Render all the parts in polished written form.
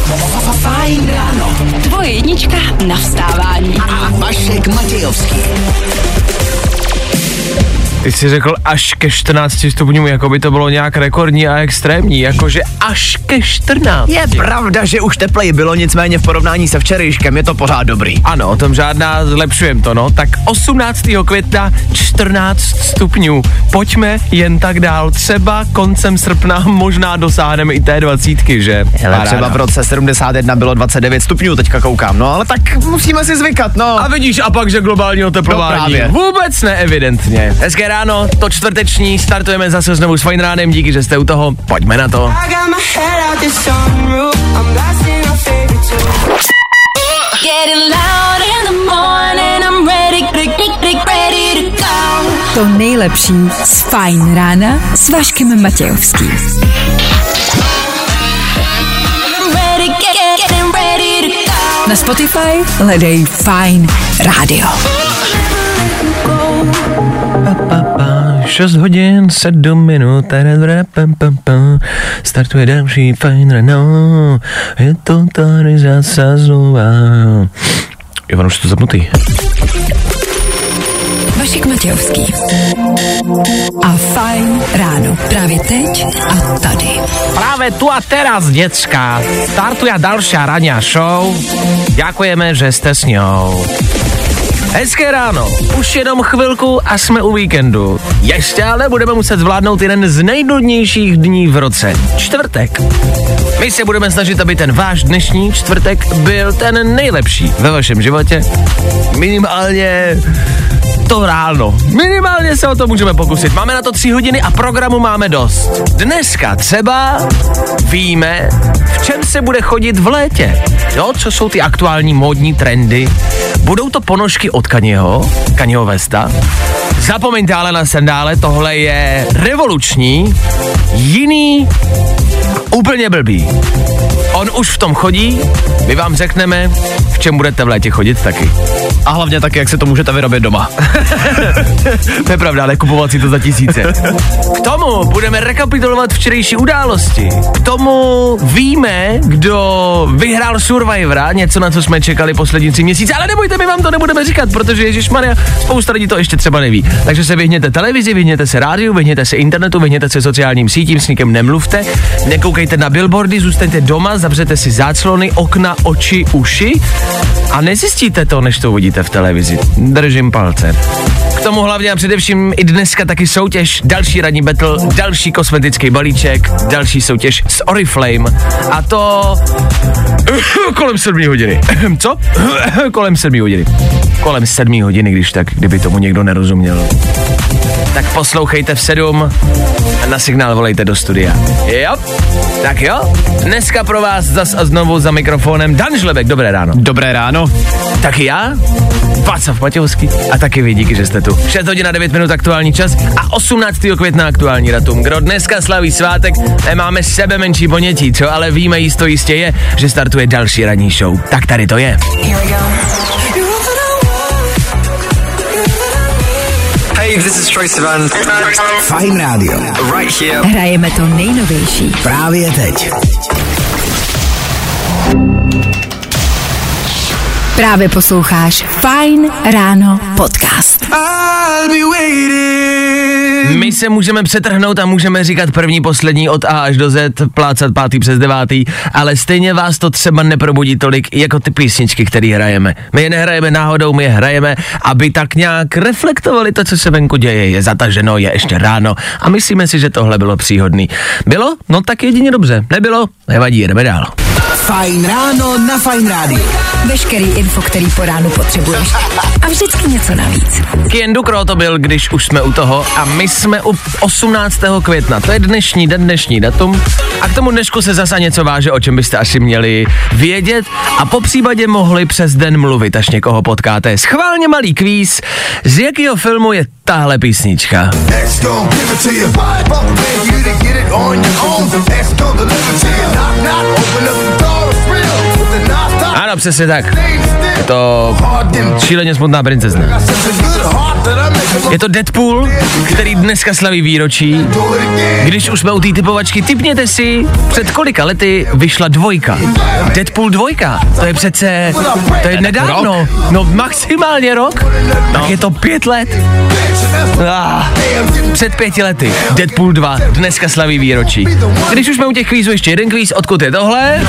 Fajn ráno. Tvoje jednička na vstávání. A Vašek Matějovský. Ty jsi řekl až ke 14 stupňům, jako by to bylo nějak rekordní a extrémní, jakože až ke 14. Je pravda, že už tepleji bylo, nicméně v porovnání se včerejškem je to pořád dobrý. Ano, o tom žádná, zlepšujem to, no. Tak 18. května 14 stupňů. Pojďme jen tak dál. Třeba koncem srpna možná dosáhneme i té 20, že? Hele, třeba v roce 71 bylo 29 stupňů, teďka koukám, no ale tak musíme si zvykat, no. A vidíš, a pak, že globální oteplování. No, vůbec neevidentně. Hezké ráno, to čtvrteční, startujeme zase znovu s Fajn ránem, díky, že jste u toho, pojďme na to. To nejlepší z Fajn rána s Vaškem Matějovským. Na Spotify hledej Fajn rádio. 6 hodin, 7 minut, startuje další Fajn ráno, je to tady zase znova. Ivan, už to zapnutý. Vašek Matějovský a Fajn ráno. Právě teď a tady. Práve tu a teraz, děcka, startuje další ranní show. Ďakujeme, že jste s ňou. Hezké ráno, už jenom chvilku a jsme u víkendu. Ještě ale budeme muset zvládnout jeden z nejdůležitějších dní v roce. Čtvrtek. My se budeme snažit, aby ten váš dnešní čtvrtek byl ten nejlepší ve vašem životě. Minimálně to ráno. Minimálně se o to můžeme pokusit. Máme na to 3 hodiny a programu máme dost. Dneska třeba víme, v čem se bude chodit v létě. Jo, co jsou ty aktuální módní trendy. Budou to ponožky od Kanyeho Westa. Zapomeňte ale na sandále, tohle je revoluční, jiný, úplně blbý. On už v tom chodí, my vám řekneme, v čem budete v létě chodit taky. A hlavně taky, jak se to můžete vyrobit doma. To je pravda, ale kupovat si to za tisíce. K tomu budeme rekapitulovat včerejší události. K tomu víme, kdo vyhrál Survivora, něco, na co jsme čekali poslední 3 měsíce, ale nebojte, my vám to nebudeme říkat, protože ježišmarja, spousta lidí to ještě třeba neví. Takže se vyhněte televizi, vyhněte se rádiu, vyhněte se internetu, vyhněte se sociálním sítím, s nikým nemluvte, nekoukejte na billboardy, zůstaňte doma, zavřete si záclony, okna, oči, uši a nezjistíte to, než to uvidíte v televizi. Držím palce. K tomu hlavně a především i dneska taky soutěž, další ranní battle, další kosmetický balíček, další soutěž s Oriflame a to kolem 7 hodiny. Co? Kolem 7 hodiny. Kolem 7 hodiny, když tak, kdyby tomu někdo nerozuměl. Tak poslouchejte v 7 a na signál volejte do studia. Jo? Tak jo? Dneska pro vás zas a znovu za mikrofonem Dan Žlebek, dobré ráno. Dobré ráno. Taky já, Václav Matějovský a taky vy, díky, že jste tu. 6 hodin a 9 minut aktuální čas a 18. května aktuální datum. Kdo dneska slaví svátek, nemáme sebe menší ponětí, co ale víme jistě je, že startuje další ranní show. Tak tady to je. Hey, this is Troye Sivan. Fajn rádio. Right here. Hrajeme to nejnovější. Právě teď. Právě posloucháš Fajn ráno podcast. My se můžeme přetrhnout a můžeme říkat první, poslední od A až do Z, plácat 5. přes 9, ale stejně vás to třeba neprobudí tolik jako ty písničky, které hrajeme. My je nehrajeme náhodou, my je hrajeme, aby tak nějak reflektovali to, co se venku děje. Je zataženo, je ještě ráno a myslíme si, že tohle bylo příhodný. Bylo? No tak jedině dobře. Nebylo? Nevadí, jdeme dál. Fajn ráno na Fajn rádiu. Veškerý info, který po ránu potřebuješ. A vždycky něco navíc. Kiendu Kro to byl, když už jsme u toho a my jsme u 18. května. To je dnešní den, dnešní datum a k tomu dnešku se zase něco váže, o čem byste asi měli vědět a popřípadě mohli přes den mluvit, až někoho potkáte. Schválně malý kvíz, z jakého filmu je tahle písnička. Ano, přesně tak. To šíleně smutná princezna. Je to Deadpool, který dneska slaví výročí. Když už jsme u té typovačky, tipněte si, před kolika lety vyšla 2. Deadpool 2. To je přece, to je nedávno. No maximálně rok. Tak je to 5 let. Před 5 lety. Deadpool 2 dneska slaví výročí. Když už jsme u těch kvízů, ještě jeden kvíz, odkud je tohle?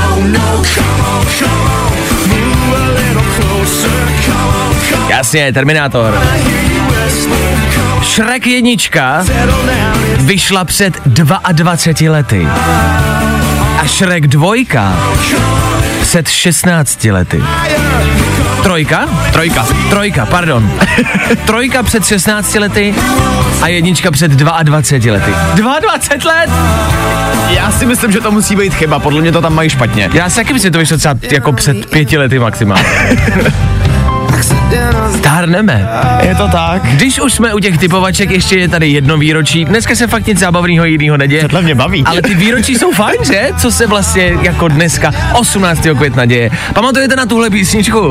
Jasně, Terminátor. Shrek 1 vyšla před 22 lety. A Shrek 2 před 16 lety. Trojka, pardon. 3 před 16 lety a 1 před 22 lety. 22 let! Já si myslím, že to musí být chyba, podle mě to tam mají špatně. Já si taky myslím, že to vyšlo třeba jako před 5 lety maximálně. Stárneme. Je to tak. Když už jsme u těch typovaček, ještě je tady jedno výročí. Dneska se fakt nic zábavného jinýho neděje. Tohle mě baví. Ale ty výročí jsou fajn, že? Co se vlastně jako dneska 18. května děje. Pamatujete na tuhle písničku?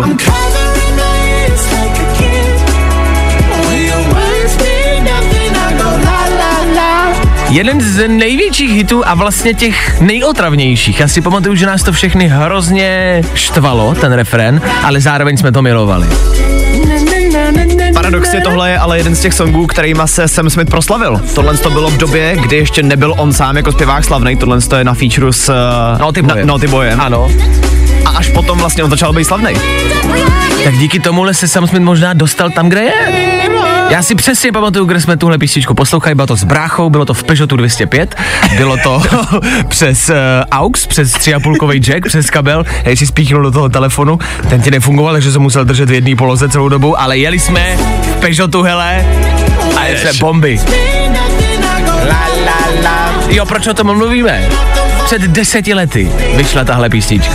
Jeden z největších hitů a vlastně těch nejotravnějších. Já si pamatuju, že nás to všechny hrozně štvalo, ten refrén, ale zároveň jsme to milovali. Paradoxně tohle je ale jeden z těch songů, kterýma se Sam Smith proslavil. Tohle to bylo v době, kdy ještě nebyl on sám jako zpěvák slavnej, tohle je na featureu s Naughty Boyem. Ano. A až potom vlastně on začal být slavnej. Tak díky tomuhle se Sam Smith možná dostal tam, kde je. Já si přesně pamatuju, kde jsme tuhle písničku poslouchali, bylo to s bráchou, bylo to v Peugeotu 205, bylo to přes AUX, přes 3,5kový jack, přes kabel, když si spíchnul do toho telefonu, ten ti nefungoval, takže jsem musel držet v jedné poloze celou dobu, ale jeli jsme v Peugeotu, hele, a je se bomby. Jo, proč o tom mluvíme? Před 10 lety vyšla tahle písnička.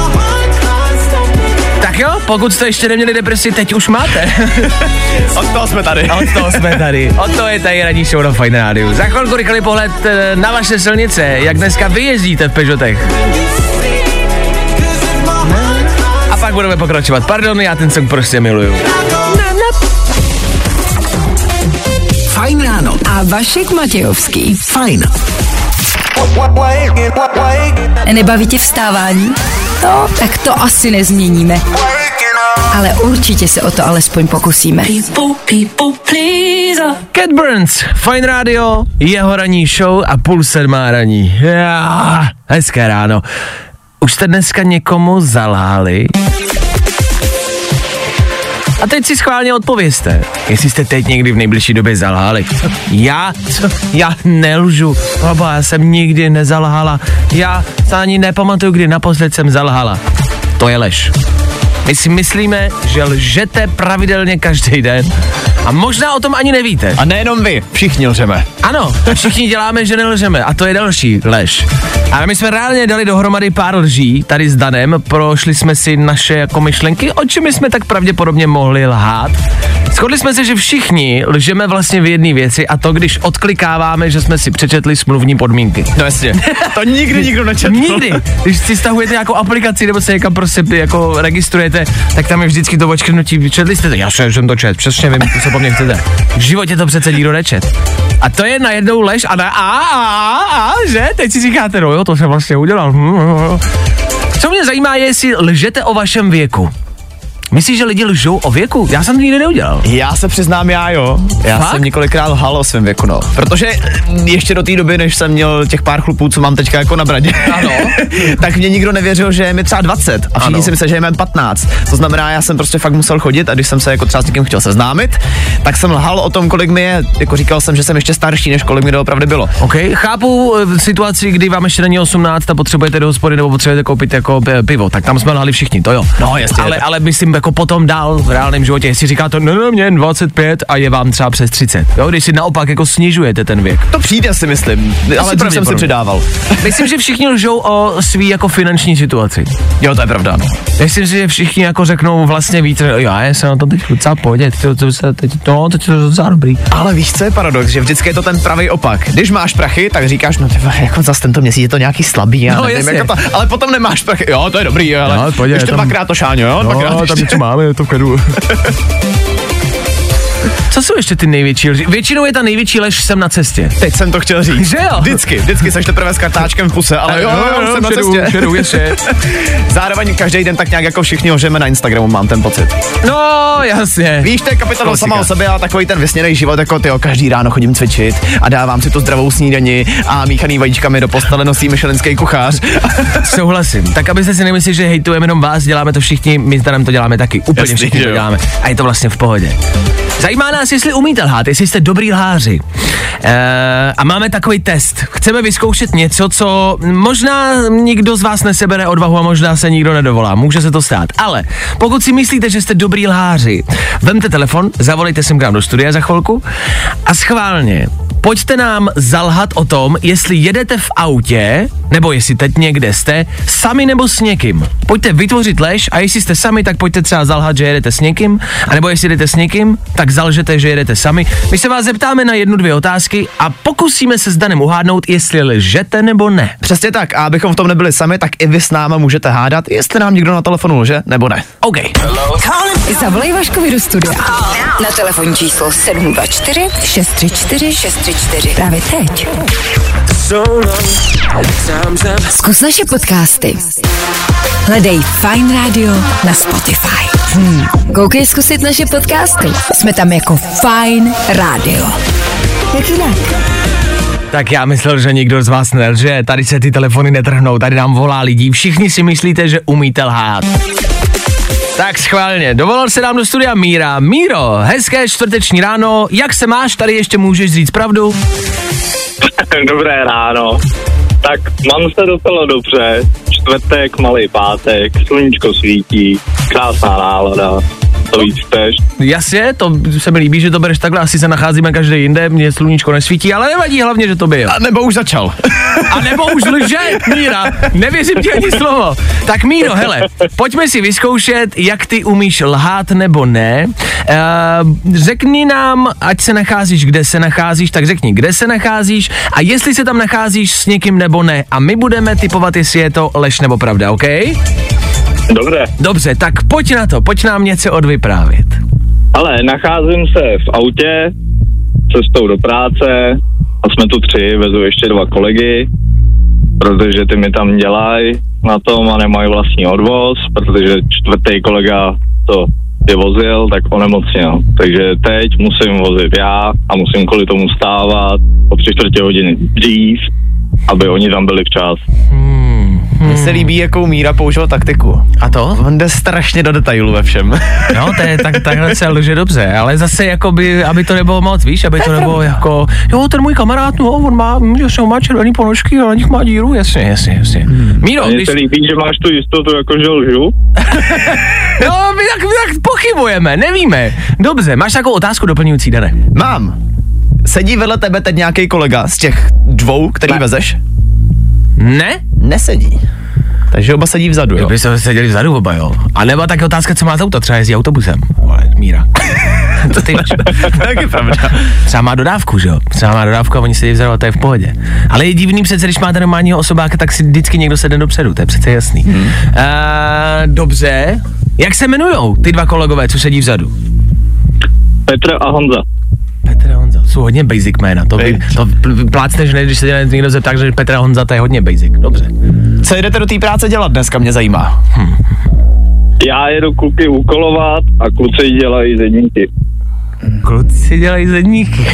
Tak jo, pokud jste ještě neměli depresi, teď už máte. Od toho jsme tady. Od toho je tady ranní show na Fajn Rádiu. Za chvilku rychlý pohled na vaše silnice, jak dneska vy jezdíte v Peugeotech. A pak budeme pokračovat. Pardon, já ten song prostě miluju. Fajn ráno. A Vašek Matějovský. Fajn. Nebaví tě vstávání? No, tak to asi nezměníme. Ale určitě se o to alespoň pokusíme. Cat Burns, Fajn Rádio, jeho ranní show a 6:30 raní. Hezké ráno. Už jste dneska někomu zalhali? A teď si schválně odpovězte, jestli jste teď někdy v nejbližší době zalhali. Já nelžu, baba, já jsem nikdy nezalhala. Já se ani nepamatuju, kdy naposled jsem zalhala. To je lež. My si myslíme, že lžete pravidelně každý den a možná o tom ani nevíte. A nejenom vy, všichni lžeme. Ano, všichni děláme, že nelžeme a to je další lež. Ale my jsme reálně dali dohromady pár lží tady s Danem, prošli jsme si naše jako myšlenky, o čem jsme tak pravděpodobně mohli lhát. Shodli jsme se, že všichni lžeme vlastně v jedné věci a to, když odklikáváme, že jsme si přečetli smluvní podmínky. No jasně, to nikdy nikdo nečetl. Nikdy. Když si stahujete nějakou aplikaci nebo se někam prostě jako registrujete, tak tam je vždycky to očkrtnutí. Četli jste to? Já jsem to čet, přesně vím, co po mně chcete. V životě to přece nikdo nečet. A to je najednou lež a že? Teď si říkáte, no jo, to jsem vlastně udělal. Co mě zajímá je, jestli lžete o vašem věku. Myslíš, že lidi lžou o věku? Já jsem to nikdy neudělal. Já se přiznám, já jsem několikrát lhal o svém věku, no. Protože ještě do té doby, než jsem měl těch pár chlupů, co mám teďka jako na bradě, ano. tak mě nikdo nevěřil, že je mi třeba 20 a všichni si mysleli, že je mi 15. To znamená, já jsem prostě fakt musel chodit a když jsem se jako třeba s někým chtěl seznámit, tak jsem lhal o tom, kolik mi je, jako říkal jsem, že jsem ještě starší, než kolik mi doopravdy bylo. OK, chápu situaci, kdy vám ještě není 18 a potřebujete do hospody nebo potřebujete koupit jako pivo, tak tam jsme lhali všichni, to jo. No, jasně. Ale myslím jako potom dál v reálném životě, jestli říkáte, no mě 25 a je vám třeba přes 30. Jo, když si naopak jako snižujete ten věk. To přijde, si myslím, ale dřív jsem si přidával. Myslím, že všichni lžou o svý jako finanční situaci. Jo, to je pravda, no. Myslím si, že všichni jako řeknou vlastně víc, já jsem na to teď docela pohodě, teď to je docela dobrý. Ale víš, co je paradox, že vždycky je to ten pravý opak. Když máš prachy, tak říkáš, no tyva, jako zas tento měsíc je to nějaký slabý, já nevím, jako to, ale potom nemáš prachy, jo, to je dobrý, ale no, ještě dvakrát to šáňo, jo, dvakrát to něco máme, je to v klidu. Co jsou ještě ty největší lži? Většinou je ta největší lež jsem na cestě. Teď jsem to chtěl říct. Že jo? Vždycky seš teprve s kartáčkem v puse, ale jo, jsem na cestě. Šeru, ještě. Zároveň každý den tak nějak jako všichni hořeme na Instagramu, mám ten pocit. No, jasně. Víš, to je kapitola sama o sobě a takový ten vysněnej život, jako tyjo, každý ráno chodím cvičit a dávám si tu zdravou snídani a míchaný vajíčkami do postele nosí michelinský kuchař. Souhlasím. Tak abyste si nemysleli, že hejtujeme jenom vás, děláme to všichni, my tady to děláme taky. Úplně Jasný, všichni to děláme. A je to vlastně v pohodě. Zajímá nás, jestli umíte lhát, jestli jste dobrý lháři. A máme takový test. Chceme vyzkoušet něco, co možná nikdo z vás nesebere odvahu a možná se nikdo nedovolá. Může se to stát. Ale pokud si myslíte, že jste dobrý lháři, vemte telefon, zavolejte sem k nám do studia za chvilku a schválně pojďte nám zalhat o tom, jestli jedete v autě, nebo jestli teď někde jste, sami nebo s někým. Pojďte vytvořit lež a jestli jste sami, tak pojďte třeba zalhat, že jedete s někým, anebo jestli jedete s někým, tak zalžete, že jedete sami. My se vás zeptáme na 1-2 otázky a pokusíme se s Danem uhádnout, jestli lžete nebo ne. Přesně tak, a abychom v tom nebyli sami, tak i vy s náma můžete hádat, jestli nám někdo na telefonu lže nebo ne. OK. Zavolej Vaškovi do studia. Na telefonní číslo 724 634 634. Právě teď. Zkus naše podcasty. Hledej Fajn Radio na Spotify. Koukej zkusit naše podcasty. Jsme tam jako Fajn Radio. Jak jinak? Tak já myslel, že nikdo z vás nelže, tady se ty telefony netrhnou, tady nám volá lidí, všichni si myslíte, že umíte lhát. Tak schválně, dovolal se nám do studia Míra. Míro, hezké čtvrteční ráno, jak se máš, tady ještě můžeš říct pravdu? Dobré ráno. Tak mám se docela dobře, čtvrtek, malý pátek, sluníčko svítí, krásná nálada, to víc chceš. Jasně, to se mi líbí, že to bereš takhle, asi se nacházíme každý jinde, mě sluníčko nesvítí, ale nevadí, hlavně, že to byl. A nebo už začal. A nebo už lže, Míra, nevěřím ti ani slovo. Tak Míro, hele, pojďme si vyzkoušet, jak ty umíš lhát nebo ne. Řekni nám, ať se nacházíš, kde se nacházíš, tak řekni, kde se nacházíš a jestli se tam nacházíš s někým nebo ne. A my budeme tipovat, jestli je to lež nebo pravda, OK? Dobře. Dobře, tak pojď na to, pojď nám něco odvyprávět. Ale nacházím se v autě, cestou do práce a jsme tu 3, vezu ještě 2 kolegy, protože ty mi tam dělají na tom a nemají vlastní odvoz, protože 4. kolega to je vozil, tak onemocněl. Takže teď musím vozit já a musím kvůli tomu stávat o 3/4 hodiny dřív, aby oni tam byli včas. Mně se líbí, jakou Míra použil taktiku. A to? On jde strašně do detailu ve všem. No, to je takhle se lže dobře, ale zase jakoby, aby to nebylo moc, víš, aby to nebylo jako, jo, ten můj kamarád, no, on má červený ponožky a na nich má díru, jasně. Míro, Mně se líbí, že máš tu jistotu, jako že lžu. No, my tak pochybujeme, nevíme. Dobře, máš takovou otázku doplňující, Dane? Mám. Sedí vedle tebe teď nějaký kolega z těch 2, který vezeš? Ne? Nesedí. Takže oba sedí vzadu, jo? By se seděli vzadu oba, jo. A nebo tak otázka, co má za auto, třeba jezdí autobusem. Míra. To ty máš. Tak je pravda. Třeba má dodávku, že jo? Třeba má dodávku a oni sedí vzadu a to je v pohodě. Ale je divný přece, když máte normálního osobáka, tak si vždycky někdo sedne dopředu, to je přece jasný. Dobře. Jak se jmenujou ty 2 kolegové, co sedí vzadu? Petr a Honza. Petr a Honza, jsou hodně basic jména, to plácneš, ne, když se někdo zeptá, že Petr a Honza, to je hodně basic, dobře. Co jdete do té práce dělat dneska, mě zajímá. Já jedu kluky úkolovat a kluci dělají zedníky. Kluci dělají zedníky.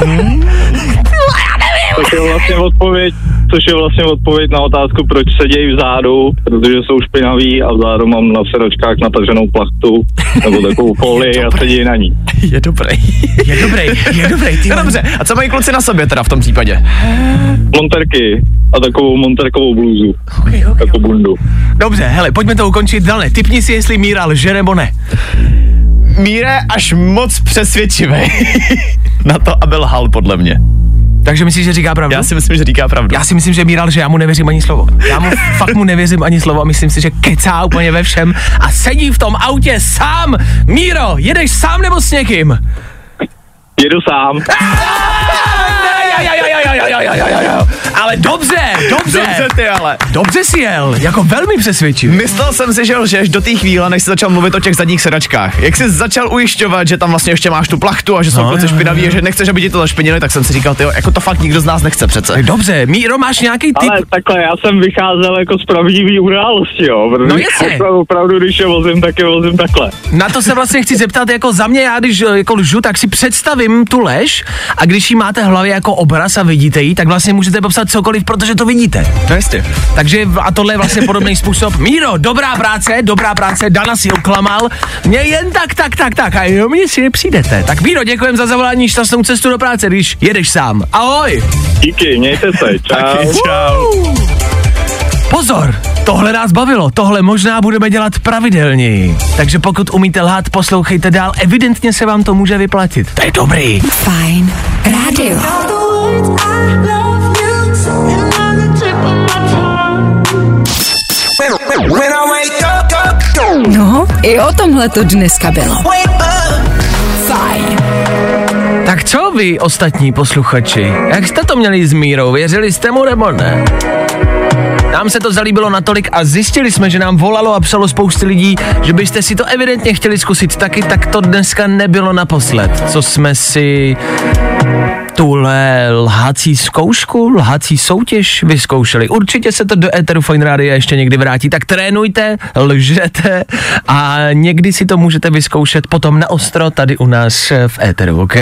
Což je vlastně odpověď na otázku, proč sedějí vzadu, protože jsou špinaví a vzadu mám na sedačkách nataženou plachtu nebo takovou folii a sedí na ní. Je dobrý. Ty no dobře, a co mají kluci na sobě teda v tom případě? Monterky a takovou monterkovou blůzu. Jako bundu. Dobře, hele, pojďme to ukončit. Dane, tipni si, jestli Míra lže nebo ne. Míra je až moc přesvědčivý na to, aby lhal podle mě. Takže myslíš, že říká pravdu? Já si myslím, že říká pravdu. Já si myslím, že Míra lže, já mu nevěřím ani slovo. Fakt mu nevěřím ani slovo a myslím si, že kecá úplně ve všem a sedí v tom autě sám. Míro, jedeš sám nebo s někým? Jedu sám. Ale dobře. Dobře ty ale. Dobře si jel, jako velmi přesvědčivý. Myslel jsem si, že lžeš do té chvíle, než jsi začal mluvit o těch zadních sedačkách. Jak jsi začal ujišťovat, že tam vlastně ještě máš tu plachtu a že jsou kluci špinaví a že nechceš, aby ti to zašpinili, tak jsem si říkal, tyjo, jako to fakt nikdo z nás nechce přece. Tak dobře, Míro, máš nějaký tip? Ale takhle, já jsem vycházel jako z pravdivý události, jo, protože No jasně. opravdu, když je vozím, tak je vozím takhle. Na to se vlastně chci zeptat, jako za mě, já když jako lžu, tak si představím tu lež a když ji máte v hlavě jako obraz a vidíte ji, tak vlastně můžete popsat cokoliv, protože to vidíte. No jistě. Takže a tohle je vlastně podobný způsob. Míro, dobrá práce, Dana si oklamal, mě jen tak a jo, mě si nepřijdete. Tak Míro, děkujem za zavolání, šťastnou cestu do práce, když jedeš sám. Ahoj. Díky, mějte se, čau. Čau. Pozor, tohle nás bavilo, tohle možná budeme dělat pravidelněji. Takže pokud umíte lhát, poslouchejte dál, evidentně se vám to může vyplatit. To je dobrý. Fajn rádio. No, i o tomhle to dneska bylo. Fajn. Tak co vy, ostatní posluchači? Jak jste to měli s Mírou? Věřili jste mu nebo ne? Nám se to zalíbilo natolik a zjistili jsme, že nám volalo a psalo spousty lidí, že byste si to evidentně chtěli zkusit taky, tak to dneska nebylo naposled, co jsme si tuhle lhací zkoušku, lhací soutěž vyzkoušeli. Určitě se to do éteru Fajn Rádia ještě někdy vrátí, tak trénujte, lžete a někdy si to můžete vyzkoušet potom na ostro tady u nás v éteru, ok?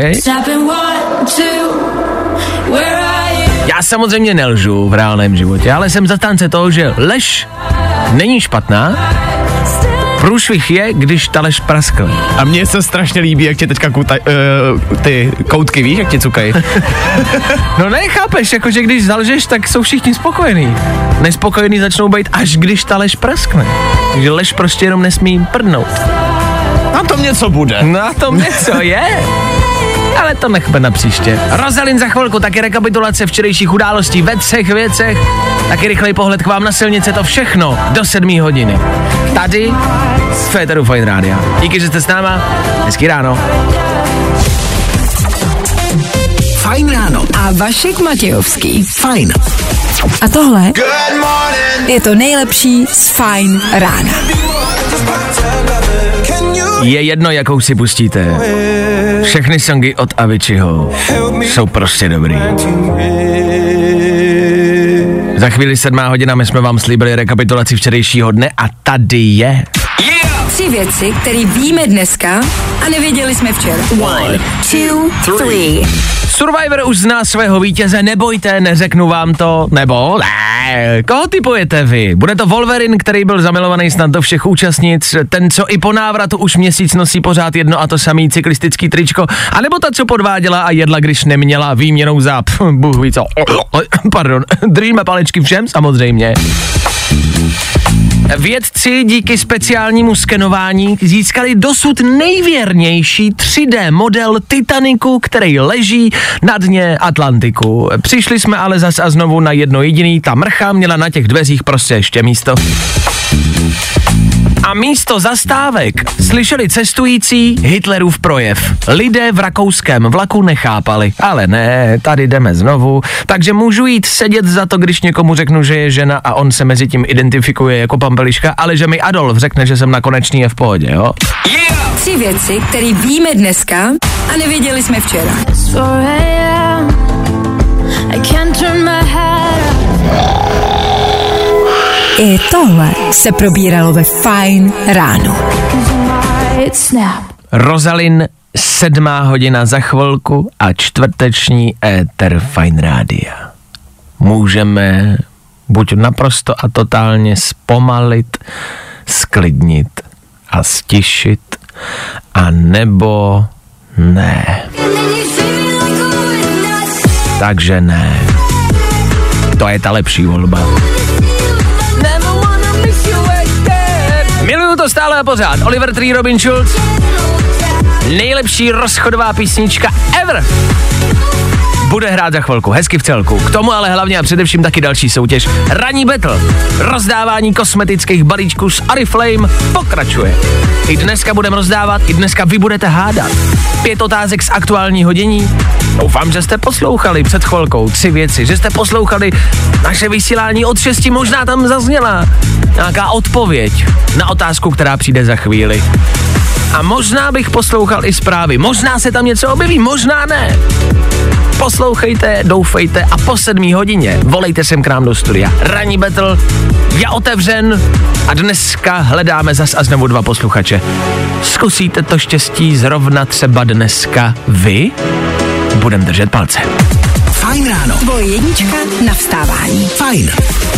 Já samozřejmě nelžu v reálném životě, ale jsem zastánce toho, že lež není špatná, průšvih je, když ta lež praskne. A mně se strašně líbí, jak tě teďka ty koutky, víš, jak tě cukají. No nechápeš, jakože když zalžeš, tak jsou všichni spokojení. Nespokojení začnou být, až když ta lež praskne. Takže lež prostě jenom nesmí prdnout. Na tom něco bude. Na tom něco je. Ale to nechme na příště. Rozalin za chvilku, taky rekapitulace včerejších událostí ve 3 věcech, taky rychlej pohled k vám na silnice, to všechno do 7 hodiny. Tady v éteru Fajn Rádia. Díky, že jste s náma, hezký ráno. Fajn ráno. A Vašek Matějovský. Fajn. A tohle je to nejlepší z Fajn rána. Je jedno, jakou si pustíte. Všechny songy od Aviciiho jsou prostě dobrý. Za chvíli 7 hodina, my jsme vám slíbili rekapitulaci včerejšího dne a tady je. 3 věci, které víme dneska a nevěděli jsme včera. 1, 2, 3. Survivor už zná svého vítěze, nebojte, neřeknu vám to, nebo ne. Koho typujete vy? Bude to Wolverine, který byl zamilovaný snad do všech účastnic, ten, co i po návratu už měsíc nosí pořád jedno a to samý cyklistický tričko, anebo ta, co podváděla a jedla, když neměla, výměnou za, bůh ví co, pardon, držíme palečky všem, samozřejmě. Vědci díky speciálnímu skenování získali dosud nejvěrnější 3D model Titaniku, který leží na dně Atlantiku. Přišli jsme ale zas a znovu na jedno jediný, ta mrcha měla na těch dveřích prostě ještě místo. A místo zastávek slyšeli cestující Hitlerův projev. Lidé v rakouském vlaku nechápali, ale ne, tady jdeme znovu, takže můžu jít sedět za to, když někomu řeknu, že je žena a on se mezi tím identifikuje jako pampeliška, ale že mi Adolf řekne, že jsem nakonečný, je v pohodě, jo? 3 věci, které víme dneska a nevěděli jsme včera. I tohle se probíralo ve Fajn ráno. Rozalin, 7 hodina za chvilku a čtvrteční éter Fajn rádia. Můžeme buď naprosto a totálně zpomalit, sklidnit a stišit, a nebo ne. Takže ne. To je ta lepší volba. Miluju to stále a pořád. Oliver Tree, Robin Schulz. Nejlepší rozchodová písnička ever. bude hrát za chvilku, hezky v celku. K tomu ale hlavně a především taky další soutěž. Ranní battle. Rozdávání kosmetických balíčků s Oriflame pokračuje. I dneska budeme rozdávat, i dneska vy budete hádat. 5 otázek z aktuálního dění. Doufám, že jste poslouchali před chvilkou 3 věci, že jste poslouchali naše vysílání od 6, možná tam zazněla nějaká odpověď na otázku, která přijde za chvíli. A možná bych poslouchal i zprávy, možná se tam něco objeví, možná ne. Poslouchejte, doufejte a po 7 hodině volejte sem k nám do studia. Ranní battle je otevřen a dneska hledáme zas a znovu 2 posluchače. Zkusíte to štěstí zrovna třeba dneska vy? Budem držet palce. Fajn ráno. Tvoje jednička na vstávání. Fajn.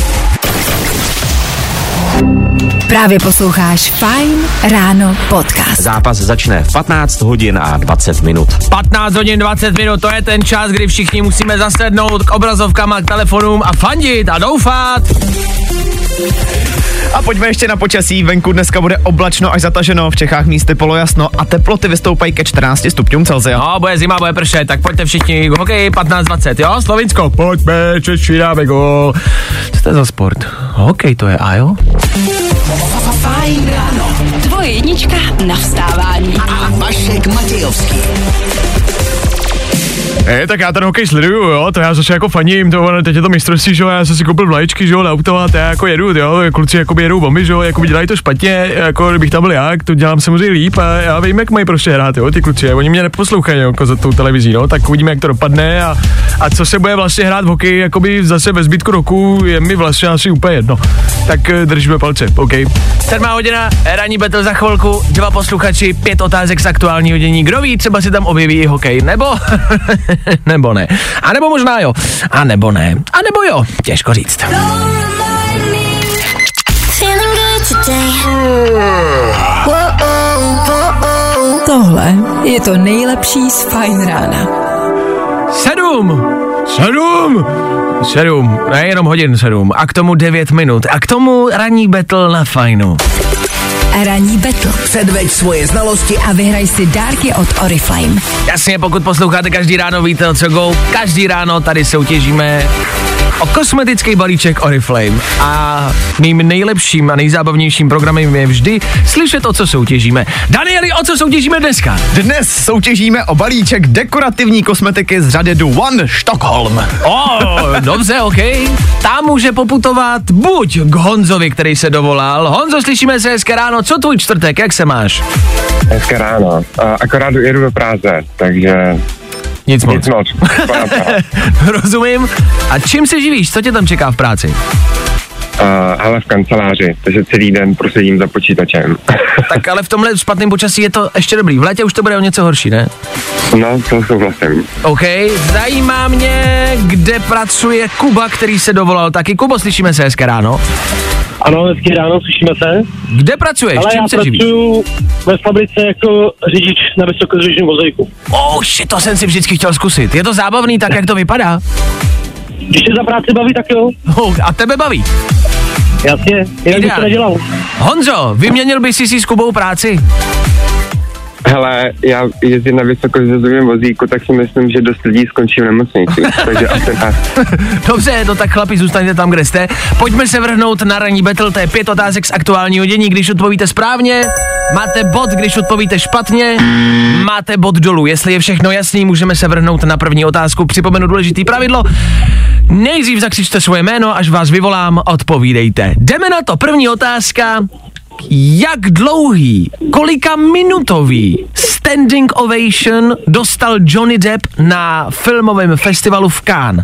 Právě posloucháš Fajn ráno podcast. Zápas začne v 15 hodin a 20 minut. 15 hodin 20 minut, to je ten čas, kdy všichni musíme zasednout k obrazovkám a k telefonům a fandit a doufat. A pojďme ještě na počasí. Venku dneska bude oblačno až zataženo, v Čechách místy polojasno a teploty vystoupají ke 14 stupňům Celsia. No, bude zima, bude pršet, tak pojďte všichni, hokej 15-20, jo? Slovinsko, pojďme, Češi dáme gól. Co to je za sport? Hokej to je, a jo? Fajn ráno. Tvoje jednička na vstávání. A Vašek Matějovský. Tak já ten hokej sleduju, jo, to já zase jako faním, to teď je to mistrovství, že jo, já jsem si koupil vlaječky, že jo, na auto a to já jako jedu, jo, kluci jakoby jedou bomby, že jo, jakoby dělají to špatně, jako kdybych tam byl jak, to dělám samozřejmě líp a já vím, jak mají prostě hrát, jo, ty kluci, oni mě neposlouchají, jako za tou televizí, no, tak uvidíme, jak to dopadne a co se bude vlastně hrát v hokeji, jakoby zase ve zbytku roku, je mi vlastně asi úplně jedno, tak držíme palce, OK. 7 hodina, ranní battle za chvilku, 2 posluchači, 5 otázek z aktuálního dění, kdo ví, třeba si tam objeví i hokej, nebo ne. A nebo možná jo. A nebo ne. A nebo jo. Těžko říct. Tohle je to nejlepší z Fajn rána. 7. Nejenom hodin 7. A k tomu 9 minut. A k tomu ranní battle na Fajnu. Ranní battle. Předveď svoje znalosti A vyhraj si dárky od Oriflame. Jasně, pokud posloucháte každý ráno, víte o co go. Každý ráno tady soutěžíme o kosmetický balíček Oriflame. A mým nejlepším a nejzábavnějším programem je vždy slyšet, o co soutěžíme. Danieli, o co soutěžíme dneska? Dnes soutěžíme o balíček dekorativní kosmetiky z řady The One Stockholm. Dobře, OK. Tam může poputovat buď k Honzovi, který se dovolal. Honzo, slyšíme se, hezké ráno. Co tvůj čtvrtek, jak se máš? Hezké ráno. Akorát jedu do Praze, takže... Nic moc. Rozumím. A čím se živíš? Co tě tam čeká v práci? Ale v kanceláři, takže celý den prosedím za počítačem. Tak ale v tomhle špatném počasí je to ještě dobrý. V létě už to bude o něco horší, ne? No, to souhlasím. OK, zajímá mě, kde pracuje Kuba, který se dovolal taky. Kubo, slyšíme se, hezké ráno. Ano, hezké ráno, slyšíme se. Kde pracuješ? Ale čím já se živíš? pracuju ve fabrice jako řidič na vysokozdvižném vozejku. Shit, to jsem si vždycky chtěl zkusit. Je to zábavný tak, jak to vypadá? Když tě za práci baví, tak jo. A tebe baví? Jasně, jinak bych to nedělal. Honzo, vyměnil bys si s Kubou práci? Hele, já jezdím na vysokozdvižném vozíku, tak si myslím, že dost lidí skončí v nemocnici, takže asi ne. Dobře, no tak chlapi, zůstaňte tam, kde jste. Pojďme se vrhnout na ranní battle, to je 5 otázek z aktuálního dění. Když odpovíte správně, máte bod, když odpovíte špatně, máte bod dolů. Jestli je všechno jasný, můžeme se vrhnout na první otázku. Připomenu důležitý pravidlo. Nejdřív zakřičte svoje jméno, až vás vyvolám, odpovídejte. Jdeme na to, první otázka. Jak dlouhý, kolika minutový standing ovation dostal Johnny Depp na filmovém festivalu v Cannes?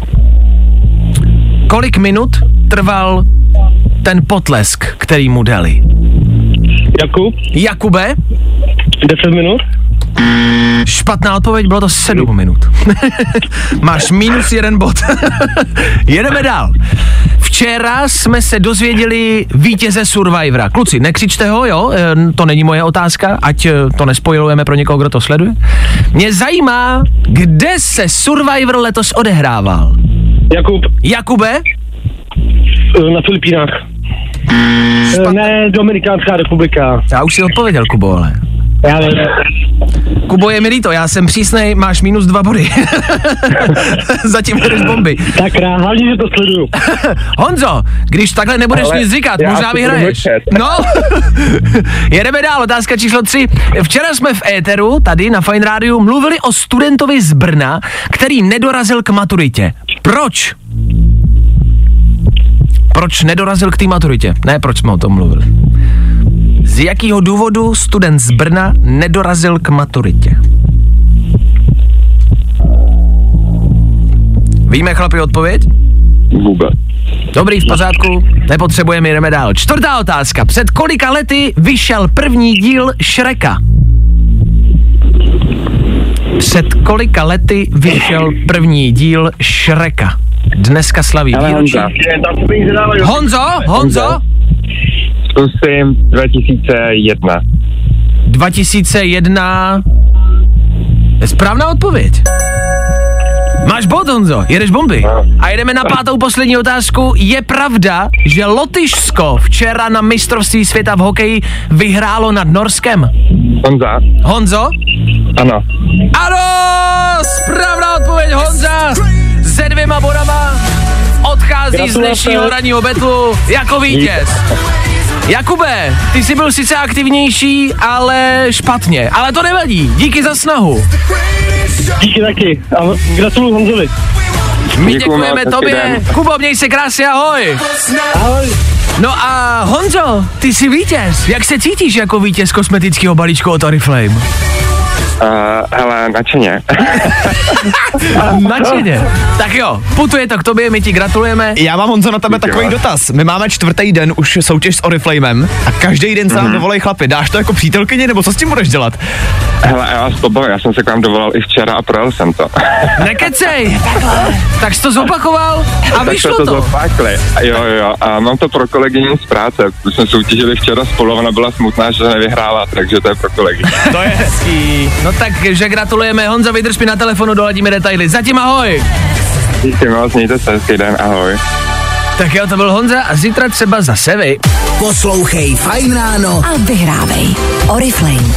Kolik minut trval ten potlesk, který mu dali? Jakube? 10 minut. Špatná odpověď, bylo to 7 minut. Máš minus 1 bod. Jedeme dál. Včera jsme se dozvěděli vítěze Survivora. Kluci, nekřičte ho, jo? To není moje otázka, ať to nespojilujeme pro někoho, kdo to sleduje. Mě zajímá, kde se Survivor letos odehrával. Jakube? Na Filipínách. Ne, Dominikánská republika. Já už si odpověděl, Kubo, ale... Já nevím. Kubo, je mi líto, já jsem přísnej, máš -2 body. Zatím jdeš bomby. Tak rád, hlavně, že to sleduju. Honzo, když takhle nebudeš nic říkat, možná vyhraješ. No, jedeme dál, otázka číslo 3. Včera jsme v éteru, tady na Fajn Rádiu, mluvili o studentovi z Brna, který nedorazil k maturitě. Proč? Proč nedorazil k té maturitě? Ne, proč jsme o tom mluvili. Z jakého důvodu student z Brna nedorazil k maturitě? Víme, chlapi, odpověď? Vůbec. Dobrý, v pořádku, nepotřebujeme, jdeme dál. 4. otázka. Před kolika lety vyšel první díl Shreka? Před kolika lety vyšel první díl Shreka? Dneska slaví výročí. Honzo? Zkusím 2001. 2001 je správná odpověď. Máš bod, Honzo, jedeš bomby. A jedeme na 5. poslední otázku. Je pravda, že Lotyšsko včera na mistrovství světa v hokeji vyhrálo nad Norskem? Honzo? Ano. Ano, správná odpověď Honza. Se 2 bodama odchází z dnešního ranního betlu jako vítěz. Jakube, ty jsi byl sice aktivnější, ale špatně. Ale to nevadí, díky za snahu. Díky taky. A gratuluju Honzovi. My děkujeme tobě. Kubo, měj se krásně, ahoj. Ahoj. No a Honzo, ty jsi vítěz. Jak se cítíš jako vítěz kosmetického balíčku od Oriflame? Hele, nadšeně. Nadšeně. Tak jo, putuje to k tobě, my ti gratulujeme. Já mám, Honzo, na tebe takový dotaz. My máme 4. den už soutěž s Oriflamem a každý den se nám dovolej chlapi. Dáš to jako přítelkyni, nebo co s tím budeš dělat? Hele, já s tobou, já jsem se k vám dovolal i včera a projel jsem to. Nekecej. Tak jsi to zopakoval a vyšlo to. Zopakli. Jo, a mám to pro kolegyni z práce. My jsme soutěžili včera spolu, ona byla smutná, že nevyhrála, takže to je pro kolegyni. To je hezký. No takže gratulujeme, Honza, vydrž mi na telefonu, doladíme detaily. Zatím ahoj. Díky moc, mějte se hezký den, ahoj. Tak jo, to byl Honza a zítra třeba zase vy. Poslouchej Fajn ráno a vyhrávej. Oriflame.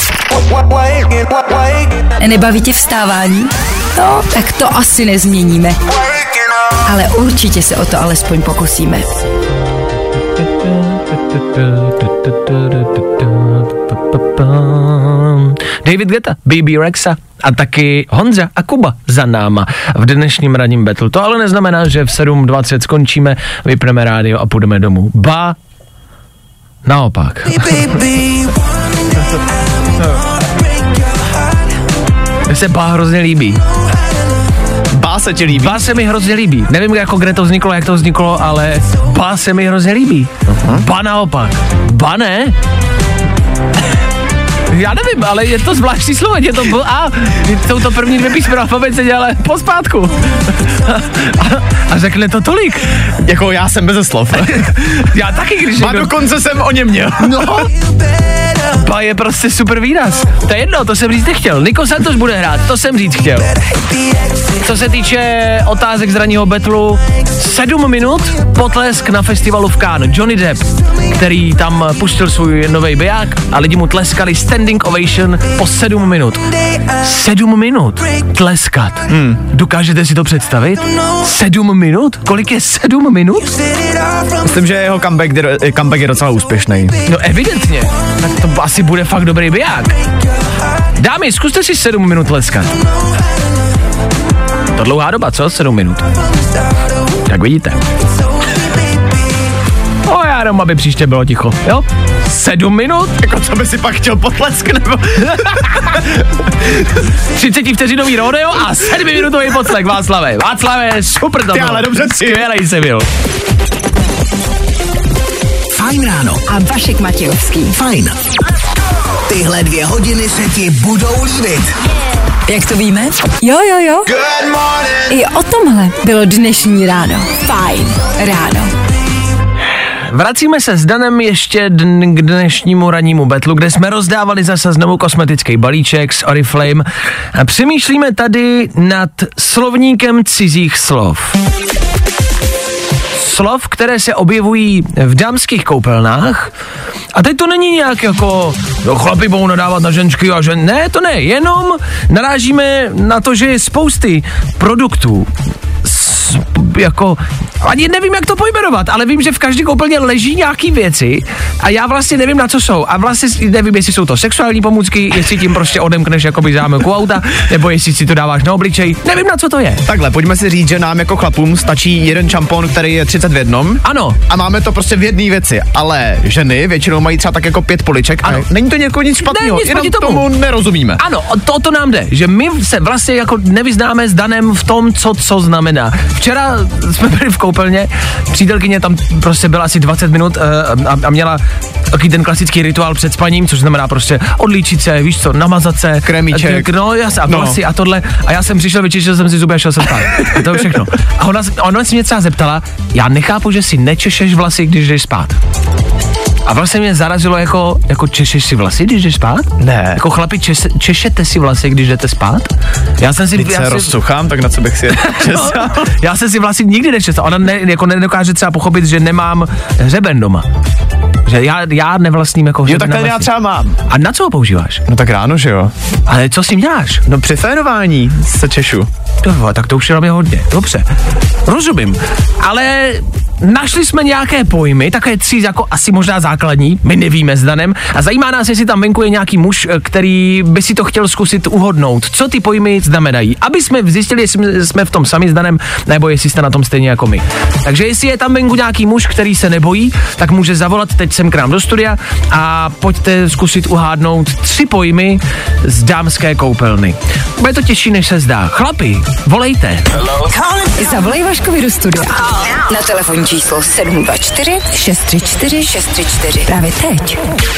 Nebaví tě vstávání? No, tak to asi nezměníme. Ale určitě se o to alespoň pokusíme. David Guetta, BB Rexa a taky Honza a Kuba za náma v dnešním ranním battle. To ale neznamená, že v 7:20 skončíme, vypneme rádio a půjdeme domů. Ba, naopak. Mně se Ba hrozně líbí. Ba se ti líbí? Ba se mi hrozně líbí. Nevím, jako kde to vzniklo, jak to vzniklo, ale Ba se mi hrozně líbí. Ba naopak. Ba ne? Já nevím, ale je to zvláštní slovo, je to B-A. Jsou to první 2 písmena v alfabetě, ale pospátku. A řekne to tolik. Jako já jsem beze slov. Já taky, když A dokonce jsem o něm měl. No. Ba je prostě super výraz. To je jedno, to jsem říct nechtěl. Niko Santos bude hrát, to jsem říct chtěl. Co se týče otázek z ranního betlu, 7 minut potlesk na festivalu v Cannes. Johnny Depp, který tam pustil svůj nový biják a lidi mu tleskali standing ovation po 7 minut. 7 minut tleskat. Dokážete si to představit? 7 minut? Kolik je 7 minut? Myslím, že jeho comeback je docela úspěšný. No evidentně. Tak to asi bude fakt dobrý biják. Dámy, zkuste si 7 minut tleskat. To dlouhá doba, co? 7 minut. Jak vidíte. O, já jenom, aby příště bylo ticho, jo? 7 minut? Jako co by si pak chtěl potlesk, nebo? 30 vteřinový rodeo a 7-minutový potlesk, Václave. Václave, super to bylo. Ale dobře skvělej jsi byl. Fajn ráno. A Vašek Matějovský. Fajn. Tyhle 2 hodiny se ti budou líbit. Jak to víme? Jo. I o tomhle bylo dnešní ráno. Fajn ráno. Vracíme se s Danem ještě k dnešnímu rannímu betlu, kde jsme rozdávali zase znovu kosmetický balíček s Oriflame. A přemýšlíme tady nad slovníkem cizích slov. slov, které se objevují v dámských koupelnách. A teď to není nějak jako, no chlapi budou nadávat na ženčky a žen. Ne, to ne, jenom narážíme na to, že je spousty produktů, jako, ani nevím, jak to pojmenovat, ale vím, že v každé koupelně leží nějaký věci a já vlastně nevím, na co jsou. A vlastně nevím, jestli jsou to sexuální pomůcky, jestli tím prostě odemkneš jakoby zámku auta, nebo jestli si to dáváš na obličej. Nevím, na co to je. Takhle, pojďme si říct, že nám jako chlapům stačí jeden šampon, který je 30 v jednom. Ano. A máme to prostě v jedné věci, ale ženy většinou mají třeba tak jako 5 poliček. Ano. A není to někoho nic špatného, jenom tomu nerozumíme. Ano, to nám jde, že my se vlastně jako nevyznáme s Danem v tom, co znamená. Včera jsme byli v koupelně, přítelkyně tam prostě byla asi 20 minut a měla takový ten klasický rituál před spaním, což znamená prostě odlíčit se, víš co, namazat se, krémíček, a vlasy a tohle. A já jsem přišel, vyčištil jsem si zuby a šel jsem spát. A to je všechno. A ona si mě třeba zeptala, já nechápu, že si nečešeš vlasy, když jdeš spát. A vlastně mě zarazilo jako češeš si vlasy, když jdeš spát? Ne. Jako chlapi, češete si vlasy, když jdete spát? Já jsem si... rozsuchám, tak na co bych si je česal? Já jsem si vlasy nikdy nečesal. Ona nedokáže třeba pochopit, že nemám hřeben doma. Že já nevlastním jako hřeben. Jo, tak tady já třeba mám. A na co ho používáš? No tak ráno, že jo. Ale co s tím děláš? No při fénování se češu. Tak to už je na mě hodně. Dobře. Rozumím. Ale našli jsme nějaké pojmy, takové 3 jako asi možná základní, my nevíme s Danem, a zajímá nás, jestli tam venku je nějaký muž, který by si to chtěl zkusit uhodnout. Co ty pojmy znamenají? Aby jsme zjistili, jestli jsme v tom sami s Danem, nebo jestli jste na tom stejně jako my. Takže jestli je tam venku nějaký muž, který se nebojí, tak může zavolat teď sem k nám do studia a pojďte zkusit uhádnout 3 pojmy z dámské koupelny. Bude to těžší, než se zdá. Chlapi, volejte. Zavolej Vaškovi do studia. Na telefonní číslo 724 634 634. Právě teď.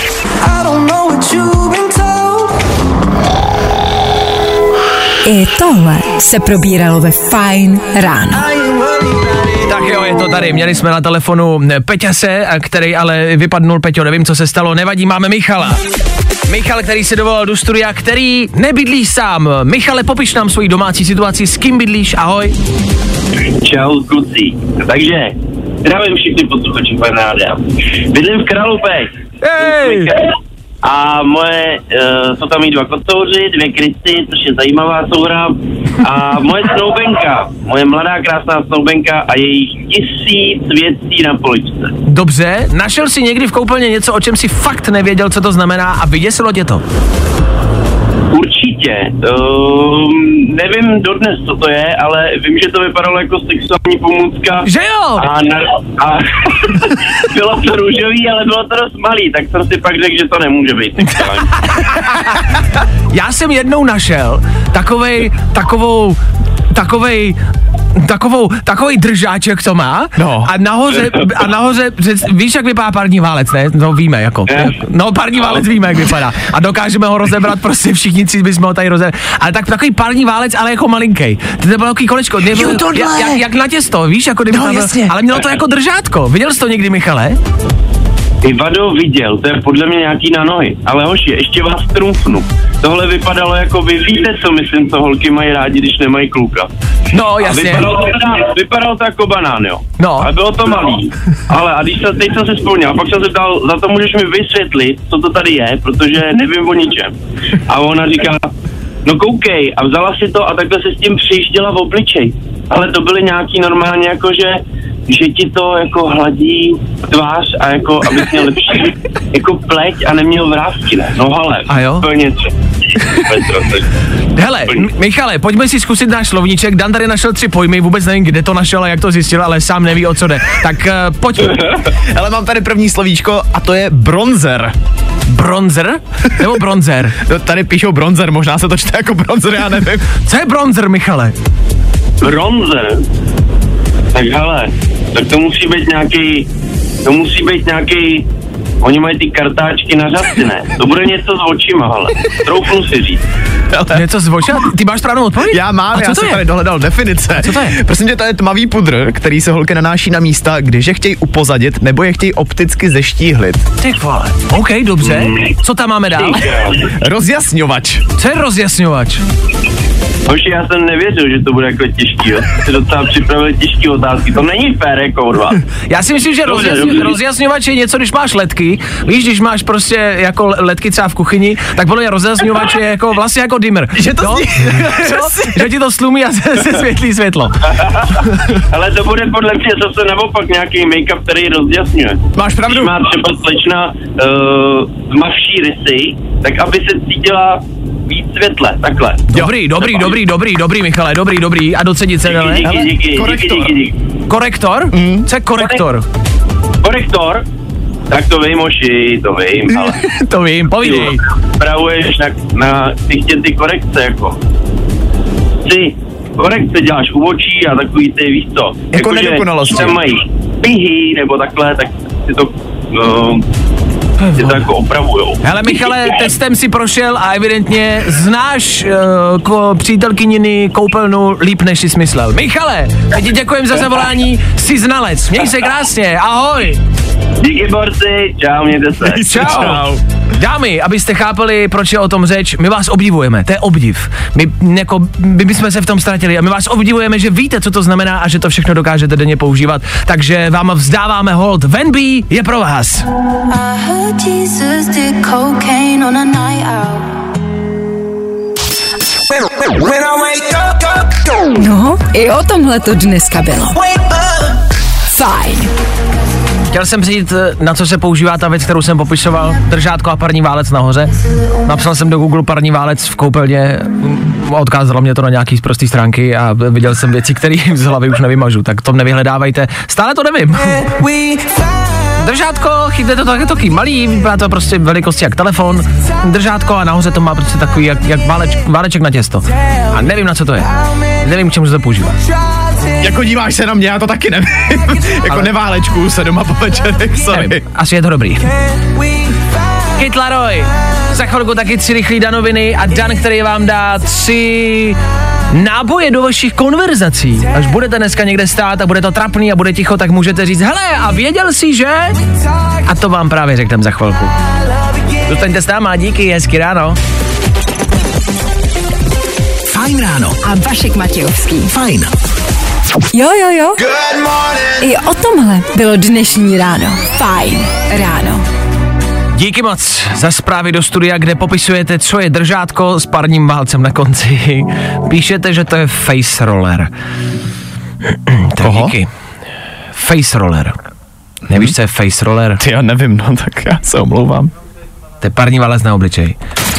I tohle se probíralo ve Fajn ráno. Tak jo, je to tady. Měli jsme na telefonu Peťase, který ale vypadnul. Peťo, nevím, co se stalo, nevadí, máme Michala. Michal, který se dovolal do studia, který nebydlí sám. Michale, popiš nám svoji domácí situaci, s kým bydlíš, ahoj. Čau, kluci. Takže, zdravím všichni posluchači Fajn rádia. Bydlím v Kralupech. Hej! A jsou tam i 2 kocouři, 2 krysty, což je zajímavá souhra. A moje snoubenka, moje mladá krásná snoubenka a jejich 1000 věcí na poličce. Dobře, našel jsi někdy v koupelně něco, o čem si fakt nevěděl, co to znamená, a vyděsilo tě to? Určitě. Nevím dodnes, co to je, ale vím, že to vypadalo jako sexuální pomůcka. Že jo? A bylo to růžový, ale bylo to dost malý, tak jsem si pak řekl, že to nemůže být sexuální. Já jsem jednou našel takovej držáček to má, no. a nahoře, víš, jak vypadá parní válec, ne? No víme, jako. No parní válec víme, jak vypadá. A dokážeme ho rozebrat, prostě všichni 3 bychom ho tady rozebrali. Ale takový parní válec, ale jako malinký. To bylo takový kolečko, jak na těsto, víš, jako kdyby ale mělo to jako držátko. Viděl jsi to někdy, Michale? Ty Vado, viděl, to je podle mě nějaký na nohy. Ale hoši, ještě vás trumfnu. Tohle vypadalo jako vy víte, co myslím, co holky mají rádi, když nemají kluka. No, jasně. Vypadalo to jako banán, jo. No. Ale bylo to malý. Ale a teď jsem se vzpomněl, a pak jsem se ptal, za to můžeš mi vysvětlit, co to tady je, protože nevím o ničem. A ona říká, no koukej, a vzala si to a takhle se s tím přijížděla v obličej. Ale to byly nějaký normálně jako, že ti to jako hladí tvář a jako, abys měl lepší jako pleť a neměl vrásky, ne? No ale, a jo? To něco. Hele, Michale, pojďme si zkusit náš slovníček. Dan tady našel 3 pojmy, vůbec nevím, kde to našel a jak to zjistil, ale sám neví, o co jde. Tak pojďme. Ale mám tady první slovíčko a to je bronzer. Bronzer? Nebo bronzer? No, tady píšou bronzer, možná se to čte jako bronzer, já nevím. Co je bronzer, Michale? Bronzer? Tak hele, tak to musí být nějaký, oni mají ty kartáčky na řasy, ne? To bude něco s očima, hele. Troufnu si říct. Něco s očima? Ty máš správnou odpověď? Já mám, já jsem tady dohledal definice. Co to je? Prosím tě, to je tmavý pudr, který se holky nanáší na místa, když je chtějí upozadit, nebo je chtějí opticky zeštíhlit. Ty vole. OK, dobře. Co tam máme dál? Rozjasňovač. Co je rozjasňovač? Hoši, já jsem nevěřil, že to bude jako těžký, jo. Jste docela připravili těžké otázky, to není fér jako od vás. Já si myslím, že rozjasňovač je něco, když máš ledky, víš, když máš prostě jako ledky třeba v kuchyni, tak podle mě rozjasňovač je jako vlastně jako dimmer. Že to že ti to slumí a se světlí světlo. Ale to bude podle mě zase naopak nějaký make-up, který rozjasňuje. Máš pravdu. Když má třeba slečna tmavší rysy, tak aby se cítila víc světle, takhle. Dobrý, Michale, dobrý. A docenit se, ne? Díky. Korektor? Co je korektor? Korektor? Tak to vím, Moši, to vím, ale... To vím, povídej. Pravuješ na ty korekce, jako. Ty korekce děláš u očí a takový ty, víš co. Jako nedokonalosti. Když tam mají pihy nebo takhle, tak si to... Ty to jako opravujou. Hele Michale, testem si prošel a evidentně znáš přítelkyniny koupelnu líp, než jsi smyslel. Michale, teď ti děkujem za zavolání, jsi znalec, měj se krásně, ahoj. Díky borci, čau, mějte se. Čau. Dámy, abyste chápali, proč je o tom řeč, my vás obdivujeme, to je obdiv. My bychom se v tom ztratili a my vás obdivujeme, že víte, co to znamená a že to všechno dokážete denně používat. Takže vám vzdáváme hold. Venby je pro vás. No, i o tomhle to dneska bylo. Fajn. Chtěl jsem přijít, na co se používá ta věc, kterou jsem popisoval, držátko a parní válec nahoře. Napsal jsem do Google parní válec v koupelně, odkázalo mě to na nějaký z prostý stránky a viděl jsem věci, které z hlavy už nevymažu, tak to nevyhledávejte, stále to nevím. Držátko, chyťte to taky malý, vypadá to prostě velikosti jak telefon, držátko a nahoře to má prostě takový jak váleček na těsto. A nevím, na co to je. Nevím, k čemu se to používá. Jako díváš se na mě, já to taky nevím. Jako neválečku se doma po večerech, sorry. Nevím, asi je to dobrý. Kid Laroi, za chvilku taky 3 rychlý danoviny a Dan, který vám dá 3 náboje do vašich konverzací. Až budete dneska někde stát a bude to trapný a bude ticho, tak můžete říct, hele, a věděl jsi, že? A to vám právě řekneme za chvilku. Zůstaňte s náma, díky, hezky ráno. Fajn ráno. A Vašek Matějovský. Fajn. Jo. I o tomhle bylo dnešní ráno. Fajn ráno. Díky moc za zprávy do studia, kde popisujete, co je držátko s parním válcem na konci. Píšete, že to je face roller. Koho? Díky. Face roller. Nevíš, co je face roller? Ty já nevím, no tak já se omlouvám. To je parní válec na obličej.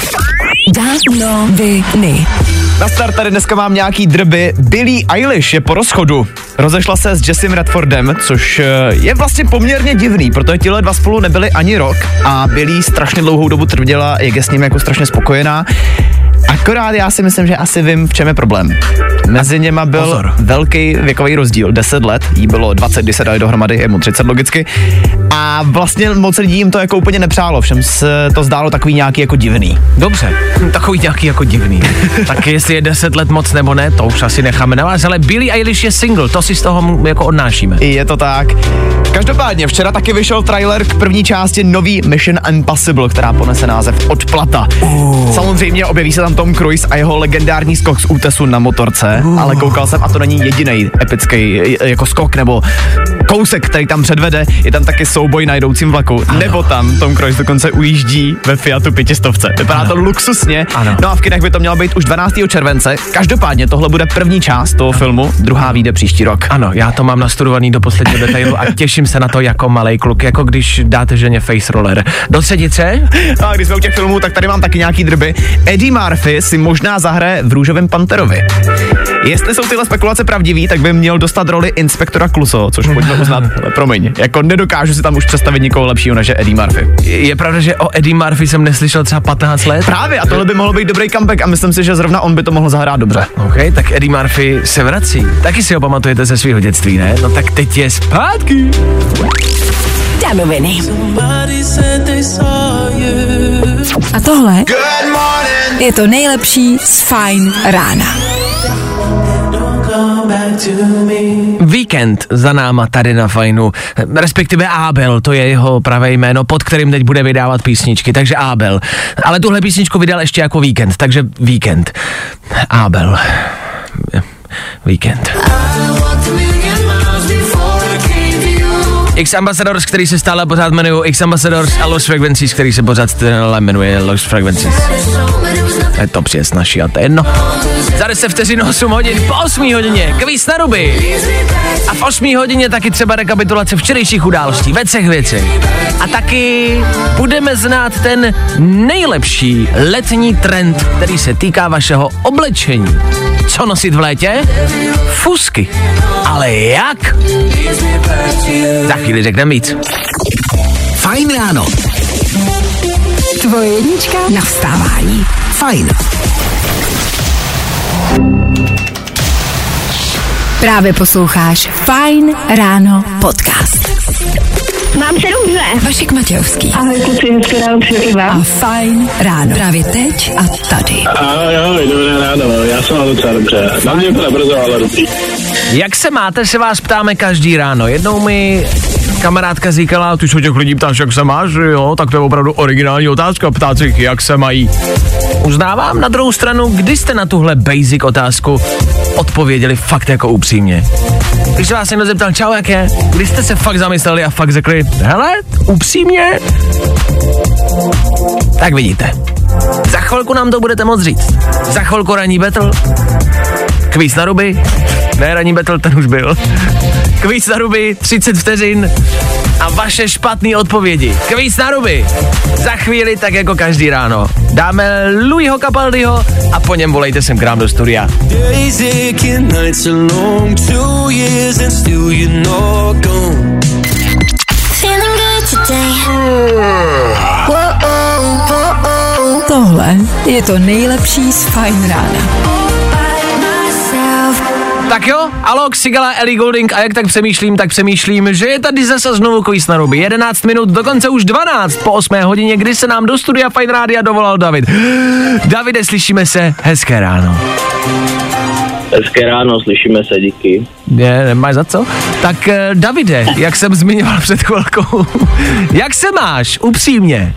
Danoviny. Na start tady dneska mám nějaký drby. Billie Eilish je po rozchodu. Rozešla se s Jessem Radfordem, což je vlastně poměrně divný, protože tihle dva spolu nebyli ani rok a Billie strašně dlouhou dobu tvrdila, jak je s ním jako strašně spokojená. Akorát já si myslím, že asi vím, v čem je problém. Mezi něma byl velký věkový rozdíl, 10 let, jí bylo 20, když se dali dohromady, je mu 30 logicky. A vlastně moc lidí jim to jako úplně nepřálo, všem se to zdálo takový nějaký jako divný. Dobře, takový nějaký jako divný. Tak jestli je 10 let moc nebo ne, to už asi necháme na vás, ale Billie Eilish je single, to si z toho jako odnášíme. Je to tak. Každopádně včera taky vyšel trailer k první části nový Mission Impossible, která ponese název Odplata. Samozřejmě objeví se tam Tom Cruise a jeho legendární skok z útesu na motorce, ale koukal jsem a to není jediný epický jako skok nebo kousek, který tam předvede, je tam taky souboj na jedoucím vlaku, nebo tam Tom Cruise dokonce ujíždí ve Fiatu 500. Vypadá to luxusně, no a v kinech by to mělo být už 12. července. Každopádně tohle bude první část toho filmu, druhá vyjde příští rok. Ano, já to mám nastudovaný do posledního detailu a těším se na to jako malej kluk, jako když dáte ženě face roller. Do třetice? A když jsme u těch filmů, tak tady mám taky nějaký drby. Eddie Murphy si možná zahraje v Růžovém panterovi. Jestli jsou tyhle spekulace pravdivý, tak by měl dostat roli inspektora Clouseau, což pojďme uznat, ale promiň, jako nedokážu si tam už představit nikoho lepšího než Eddie Murphy. Je pravda, že o Eddie Murphy jsem neslyšel třeba 15 let? Právě, a tohle by mohlo být dobrý comeback a myslím si, že zrovna on by to mohl zahrát dobře. OK, tak Eddie Murphy se vrací. Taky si ho pamatujete ze svého dětství, ne? No tak teď je zpátky. Danoviny. A tohle je to nejlepší z Fajn rána. Víkend za náma tady na Fajnu, respektive Abel, to je jeho pravé jméno, pod kterým teď bude vydávat písničky, takže Abel. Ale tuhle písničku vydal ještě jako Víkend, takže Víkend. Abel. Víkend. X Ambassadors, který se stále pořád jmenují X Ambassadors, a Lost Frequencies, který se pořád stále jmenuje Lost Frequencies. Je to přijez naší a to je jedno. Za 10 vteřin 8 hodin, po 8 hodině kvíz na ruby. A v 8 hodině taky třeba rekapitulace včerejších událostí ve třech věcech. A taky budeme znát ten nejlepší letní trend, který se týká vašeho oblečení. Co nosit v létě? Fusky. Ale jak? Za chvíli řekneme víc. Fajn ráno. Tvoje jednička na vstávání. Fajn. Právě posloucháš Fajn ráno podcast. Mám se dobře. Vašek Matějovský. Ahoj kluci, hezké ráno přeji vám. A Fajn ráno. Právě teď a tady. Ahoj, dobré ráno, já jsem mám docela dobře. Na mě to nebrzo, ale dobrý. Jak se máte, se vás ptáme každý ráno. Jednou mi kamarádka říkala, ty se těch lidí ptáš, jak se máš, jo, tak to je opravdu originální otázka, ptát se, jak se mají. Uznávám, na druhou stranu, kdy jste na tuhle basic otázku odpověděli fakt jako upřímně. Když se vás někdo zeptal, čau, jak je, kdy jste se fakt zamysleli a fakt řekli, hele, upřímně? Tak vidíte. Za chvilku nám to budete moct říct. Za chvilku ranní battle. Kvíz na ruby. Ne, ranní battle, ten už byl. Kvíz na ruby, 30 vteřin a vaše špatné odpovědi. Kvíz na ruby. Za chvíli, tak jako každý ráno. Dáme Louisho Capaldiho a po něm volejte sem k nám do studia. Tohle je to nejlepší z Fajn rána. Tak jo, Alok, Sigala, Ellie Goulding a jak tak přemýšlím, že je tady zase znovu kvíz na ruby. 11 minut, dokonce už 12 po 8 hodině, kdy se nám do studia Fajn rádia dovolal David. Davide, slyšíme se, hezké ráno. Hezké ráno, slyšíme se, díky. Nemáš za co? Tak Davide, jak jsem zmiňoval před chvilkou, jak se máš, upřímně?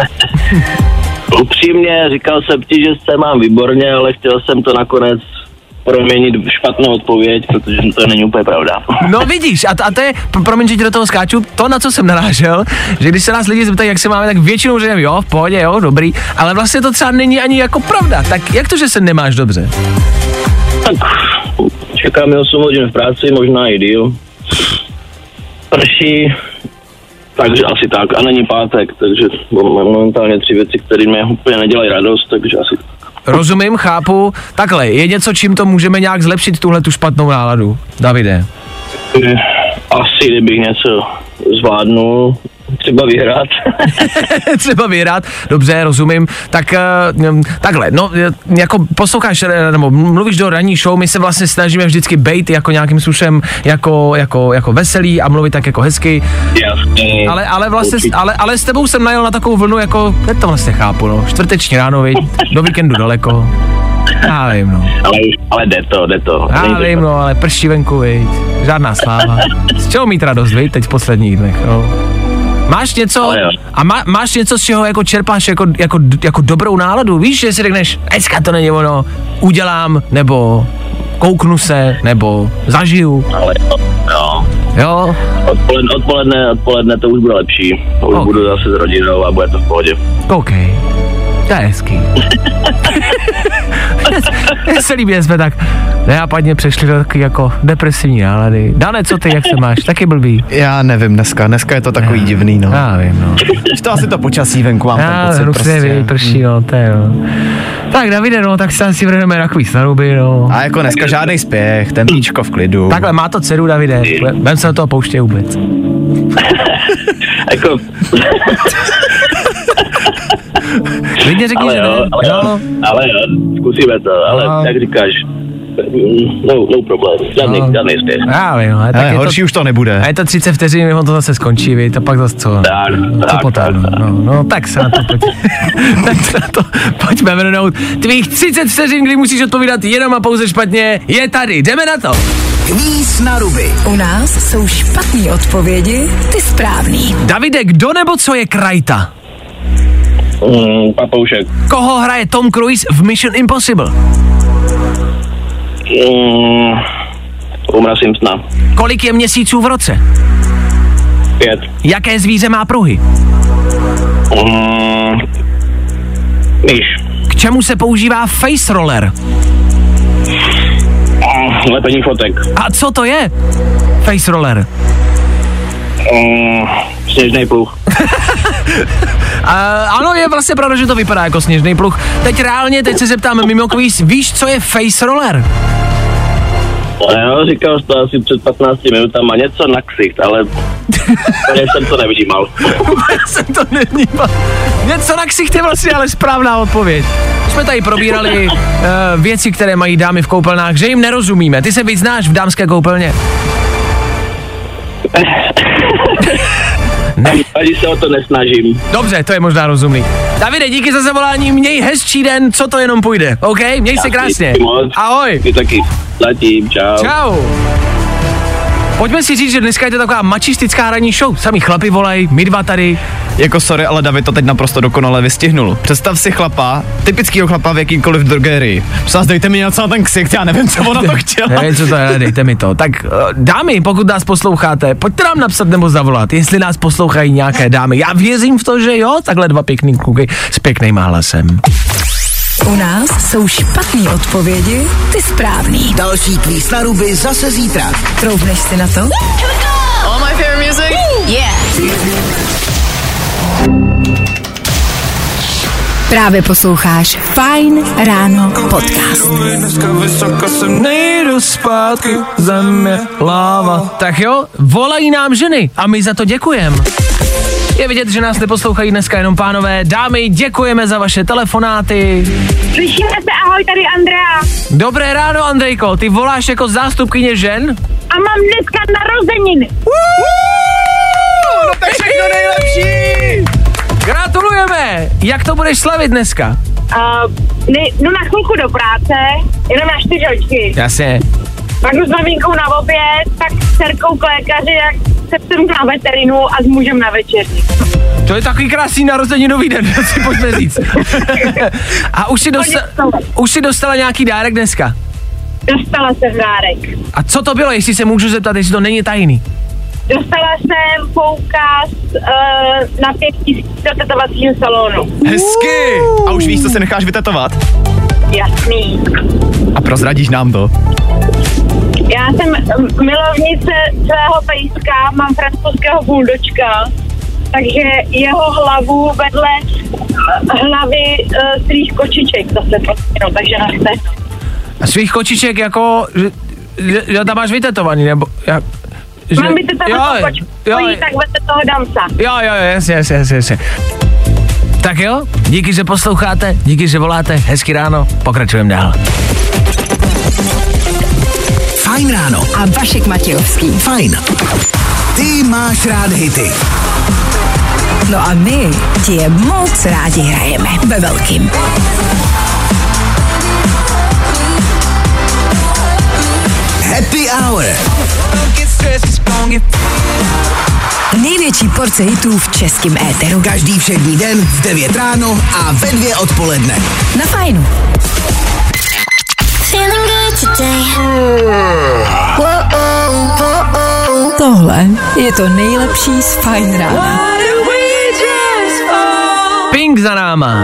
Upřímně, říkal jsem ti, že se mám výborně, ale chtěl jsem to nakonec proměnit špatnou odpověď, protože to není úplně pravda. No vidíš, a to je, promiň, že ti do toho skáču, to, na co jsem narážel, že když se nás lidi zeptají, jak se máme, tak většinou řekneme, jo, v pohodě, jo, dobrý, ale vlastně to třeba není ani jako pravda. Tak jak to, že se nemáš dobře? Tak, čekáme 8 hodin v práci, možná i díl. Prší, takže asi tak, a není pátek, takže mám momentálně 3 věci, které mě úplně nedělají radost, takže asi tak. Rozumím, chápu. Takhle, je něco, čím to můžeme nějak zlepšit, tuhle tu špatnou náladu, Davide? Asi, kdybych něco zvládnul, třeba vyhrát. Třeba vyhrát, dobře, rozumím. Tak takhle, no, jako posloucháš, nebo mluvíš do ranní show, my se vlastně snažíme vždycky bejt jako nějakým způsobem jako veselý a mluvit tak jako hezky. Jasně. Ale vlastně, ale s tebou jsem najel na takovou vlnu, jako, teď to vlastně chápu, no, čtvrteční ráno, viď, do víkendu daleko. Já vím, no. Ale jde to. Já vím, no, ale prší venku, viď, žádná sláva. Z čeho mít radost, viď, teď v posledních dnech, no. Máš něco, a máš něco, z čeho jako čerpáš jako dobrou náladu? Víš, že si řekneš, dneska to není ono, udělám, nebo kouknu se, nebo zažiju. Ale jo. Odpoledne to už bude lepší. Už budu zase s rodinou a bude to v pohodě. OK. To je hezký. Mně se líbí, jsme tak nenápadně přešli do takový jako depresivní nálady. Dane, co ty, jak se máš? Taky blbý. Já nevím dneska je to takový divný, no. Já vím, no. To asi to počasí venku, mám ten pocit prostě. Prší, no, to je, no. Tak Davide, no, tak se asi vrhneme na kvíz na ruby, no. A jako dneska žádnej spěch, tempíčko v klidu. Takhle, má to dceru, Davide, vem se do toho pouště vůbec. Jako... Klidně řekni, že ne. Ale zkusíme to, ale jak říkáš, no problém, žádný spěch. Já vím, ale horší už to nebude. A je to 30 vteřin, on to zase skončí, víš, a pak zase co? Tak. No, tak se na to pojďme vrhnout. Tvých 30 vteřin, kdy musíš odpovídat jenom a pouze špatně, je tady, jdeme na to. Kvíz na ruby. U nás jsou špatný odpovědi, ty správný. Davide, kdo nebo co je krajta? Papoušek. Koho hraje Tom Cruise v Mission Impossible? Homera Simpsona. Kolik je měsíců v roce? 5. Jaké zvíře má pruhy? Myš. K čemu se používá face roller? Lepení fotek. A co to je? Face roller. Sněžný pluh. Ano, je vlastně pravda, že to vypadá jako sněžný pluh. Teď se zeptám mimo kvíz, víš, co je face roller? Jo, říkal jsi to asi před 15 minutama, něco na ksicht, ale jsem to nevnímal. jsem to nevnímal. Něco na ksicht je vlastně ale správná odpověď. Jsme tady probírali věci, které mají dámy v koupelnách, že jim nerozumíme. Ty se víc znáš v dámské koupelně? Ne. Ani se o to nesnažím. Dobře, to je možná rozumný. Davide, díky za zavolání, měj hezčí den, co to jenom půjde, OK? Měj se krásně. Ahoj. Ty taky. Zatím, čau. Čau. Pojďme si říct, že dneska je to taková mačistická ranní show. Sami chlapi volají, my dva tady. Jako sorry, ale David to teď naprosto dokonale vystihnul. Představ si chlapa, typickýho chlapa v jakýmkoliv drogerii. Přás, dejte mi něco na ten ksicht, já nevím, co ona to chtěla. Nevím, co to je, dejte mi to. Tak dámy, pokud nás posloucháte, pojďte nám napsat nebo zavolat, jestli nás poslouchají nějaké dámy. Já věřím v to, že jo, takhle dva pěkný kluky s pěkným hlasem. U nás jsou špatný odpovědi, ty správný. Další kvíz na ruby zase zítra. Troufneš si na to? All my favorite music? Yeah. Právě posloucháš Fajn ráno podcast. Nejdu zpátky, země, láva. Tak jo, volají nám ženy a my za to děkujeme. Je vidět, že nás neposlouchají dneska jenom pánové. Dámy, děkujeme za vaše telefonáty. Slyšíme se, ahoj, tady Andrea. Dobré ráno, Andrejko, ty voláš jako zástupkyně žen? A mám dneska narozeniny. No tak všechno nejlepší. Gratulujeme. Jak to budeš slavit dneska? Jdu na chvilku do práce, jenom na 4 hoďky. Jasně. Pak jdu s maminkou na oběd, pak s dcerkou k lékaři, jak se jsem na veterinu a s mužem na večerní. To je takový krásný narozeninový den, si pojďme říct. A už si dostala nějaký dárek dneska? Dostala jsem dárek. A co to bylo, jestli se můžu zeptat, jestli to není tajný? Dostala jsem poukaz na 5 000 do tetovacího salonu. Hezky! A už víš, co se necháš vytetovat? Jasný. A prozradíš nám to? Já jsem milovnice svého pejska, mám francouzského buldočka, takže jeho hlavu vedle hlavy svých kočiček zase no, takže na chce. A svých kočiček jako, že tam máš vytetovaný, nebo jak? Že, mám vytetovanou kočku, tak vedle toho damsa. Jo, jasně. Tak jo, díky, že posloucháte, díky, že voláte, hezky ráno, pokračujeme dál. Fajn ráno. A Vašek Matějovský. Fajn. Ty máš rád hity. No a my ti je moc rádi hrajeme. Ve velkým. Happy Hour. Největší porce hitů v českém éteru. Každý všední den v 9 ráno a ve 2 odpoledne. Na Fajnu. Tohle je to nejlepší z Fajn rána. Pink za náma.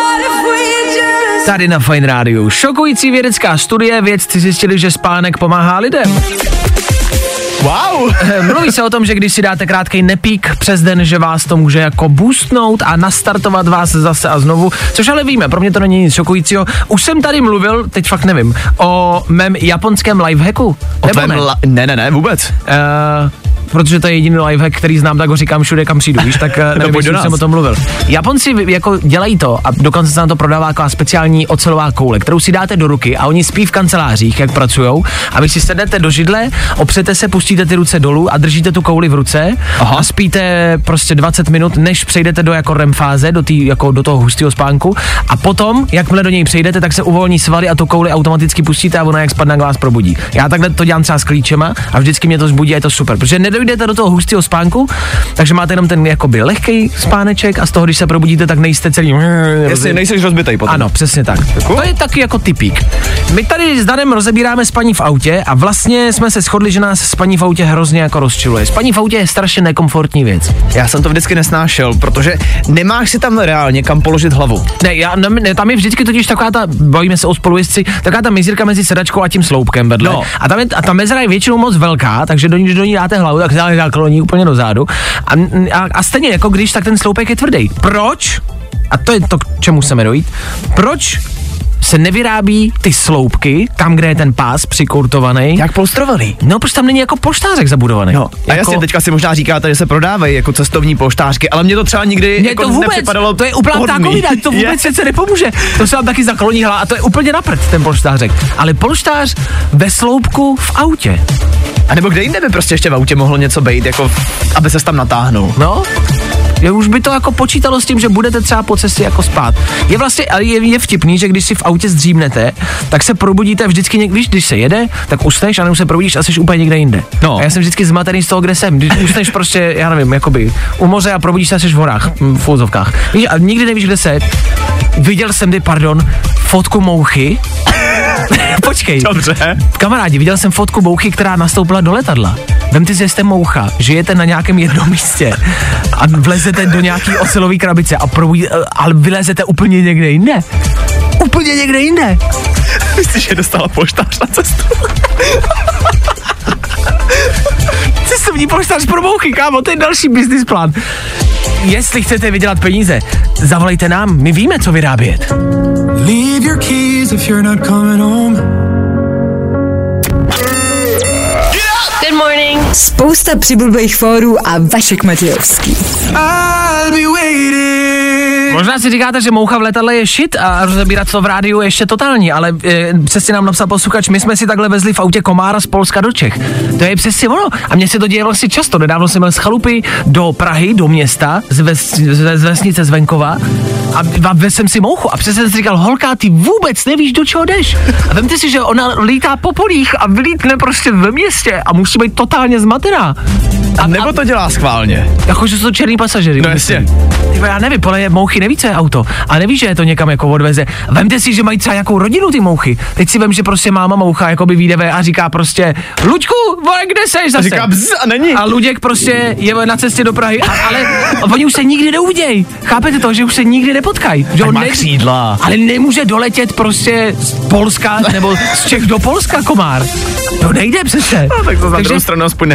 Tady na Fajn rádiu. Šokující vědecká studie, vědci zjistili, že spánek pomáhá lidem. Wow! Mluví se o tom, že když si dáte krátkej nepík přes den, že vás to může jako boostnout a nastartovat vás zase a znovu, což ale víme, pro mě to není nic šokujícího. Už jsem tady mluvil, teď fakt nevím, o mém japonském lifehacku. Ne, vůbec. protože to je jediný lifehack, který znám, tak ho říkám všude, kam přijdu, víš, tak nevím, jestli jsem o tom mluvil. Japonci jako dělají to a dokonce se na to prodává jako speciální ocelová koule, kterou si dáte do ruky a oni spí v kancelářích, jak pracujou, a vy si sednete do židle, opřete se, pustíte ty ruce dolů a držíte tu kouli v ruce. Aha. A spíte prostě 20 minut, než přejdete do jako REM fáze, do toho hustého spánku, a potom, jakmile do něj přejdete, tak se uvolní svaly a tu kouli automaticky pustíte a ona jak spadne, vás probudí. Já takhle to dělám třeba s klíčema a vždycky mě to zbudí a je to super, protože nedojdete do toho hustého spánku, takže máte jenom ten jakoby lehkej spáneček a z toho, když se probudíte, tak nejste celý. Jasně, nejseš rozbitej potom. Ano, přesně tak. To je taky jako tipík. My tady s Danem rozebíráme spaní v autě a vlastně jsme se shodli, že nás spaní v autě hrozně jako rozčiluje. Spaní v autě je strašně nekomfortní věc. Já jsem to vždycky nesnášel, protože nemáš si tam reálně kam položit hlavu. Ne, tam je vždycky totiž taková ta, bavíme se o spolujezdci, taková ta mezírka mezi sedačkou a tím sloupkem vedle. No. A ta mezera je většinou moc velká, takže do ní dáte hlavu, tak se zakloní úplně dozadu. A stejně jako když, tak ten sloupek je tvrdý. Proč? A to je to, k čemu chceme dojít. Proč se nevyrábí ty sloupky, tam, kde je ten pás přikurtovaný? Jak polstrovaný? No, protože tam není jako polštářek zabudovaný. No, a jasně, teďka si možná říkáte, že se prodávají jako cestovní polštářky, ale mě to třeba nikdy mě jako to vůbec, nepřipadalo. To je úplná takovina, to vůbec se nepomůže. To se vám taky zakloní hlava a to je úplně na prd, ten polštářek. Ale polštář ve sloupku v autě. A nebo kde jinde by prostě ještě v autě mohlo něco být, jako aby ses tam natáhnul. No, už by to jako počítalo s tím, že budete třeba po cestě jako spát. Je vlastně, ale je vtipný, že když si v autě zdřímnete, tak se probudíte vždycky někdy, když se jede, tak usneš a nebo se probudíš a jsi úplně někde jinde. No. A já jsem vždycky zmatený z toho, kde jsem. Když usneš prostě, já nevím, jakoby u moře a probudíš se a jsi v horách, v úzovkách. Víš, a nikdy nevíš, kde se. Viděl jsem fotku mouchy. Počkej. Dobře. Kamarádi, viděl jsem fotku mouchy, která nastoupila do letadla. Vemte si, že jste moucha, žijete na nějakém jednom místě a vlezete do nějaký ocelový krabice ale vylezete úplně někde jinde. Úplně někde jinde. Myslíš, že dostala poštář na cestu? Cestovní poštář pro mouchy, kámo, to je další business plán. Jestli chcete vydělat peníze, zavolejte nám, my víme, co vyrábět. Leave your keys if you're not coming home. Good morning. Spousta přibulbých fórů a Vašek Matějovský. Možná si říkáte, že moucha v letadle je shit a rozebírat to v rádiu je ještě totální, ale přesně nám napsal posluchač, my jsme si takhle vezli v autě komára z Polska do Čech. To je přesně ono. A mně se to děje vlastně často. Nedávno jsem byl z chalupy do Prahy, do města, z vesnice z venkova a vezl jsem si mouchu a přesně jsem si říkal, holka, ty vůbec nevíš, do čeho jdeš. A vemte si, že ona lítá po polích a vylítne prostě ve městě a musí být totálně zmatená. A nebo to dělá schválně. Jakože jsou to černý pasažeři. No jasně. Já nevím, podle mouchy neví, co je auto. A neví, že je to někam jako odveze. Vemte si, že mají třeba nějakou rodinu ty mouchy. Teď si vem, že prostě máma moucha jakoby vyjde a říká prostě Luďku, vole, kde seš zase? A říká bzz a není. A Luděk prostě je na cestě do Prahy, ale oni už se nikdy neuvidějí. Chápete to, že už se nikdy nepotkají? Že on má křídla. Ale nemůže doletět prostě z Polska nebo z Čech do Polska komár. To nejde přece. No, tak to na druhou stranu aspoň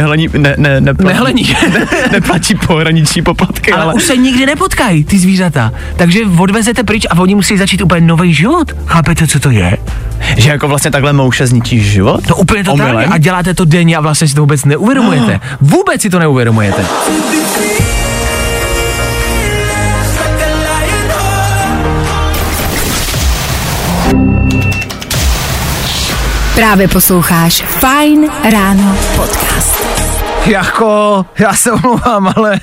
neplatí pohraniční poplatky. Ale už se nikdy nepotkají ty zvířata. Takže odvezete pryč a oni musí začít úplně nový život. Chápete, co to je? Že jako vlastně takhle mouše zničí život? To úplně totálně. A děláte to denně a vlastně si to vůbec neuvědomujete. Vůbec si to neuvědomujete. Právě posloucháš Fajn ráno podcast. Jako, já se omlouvám, ale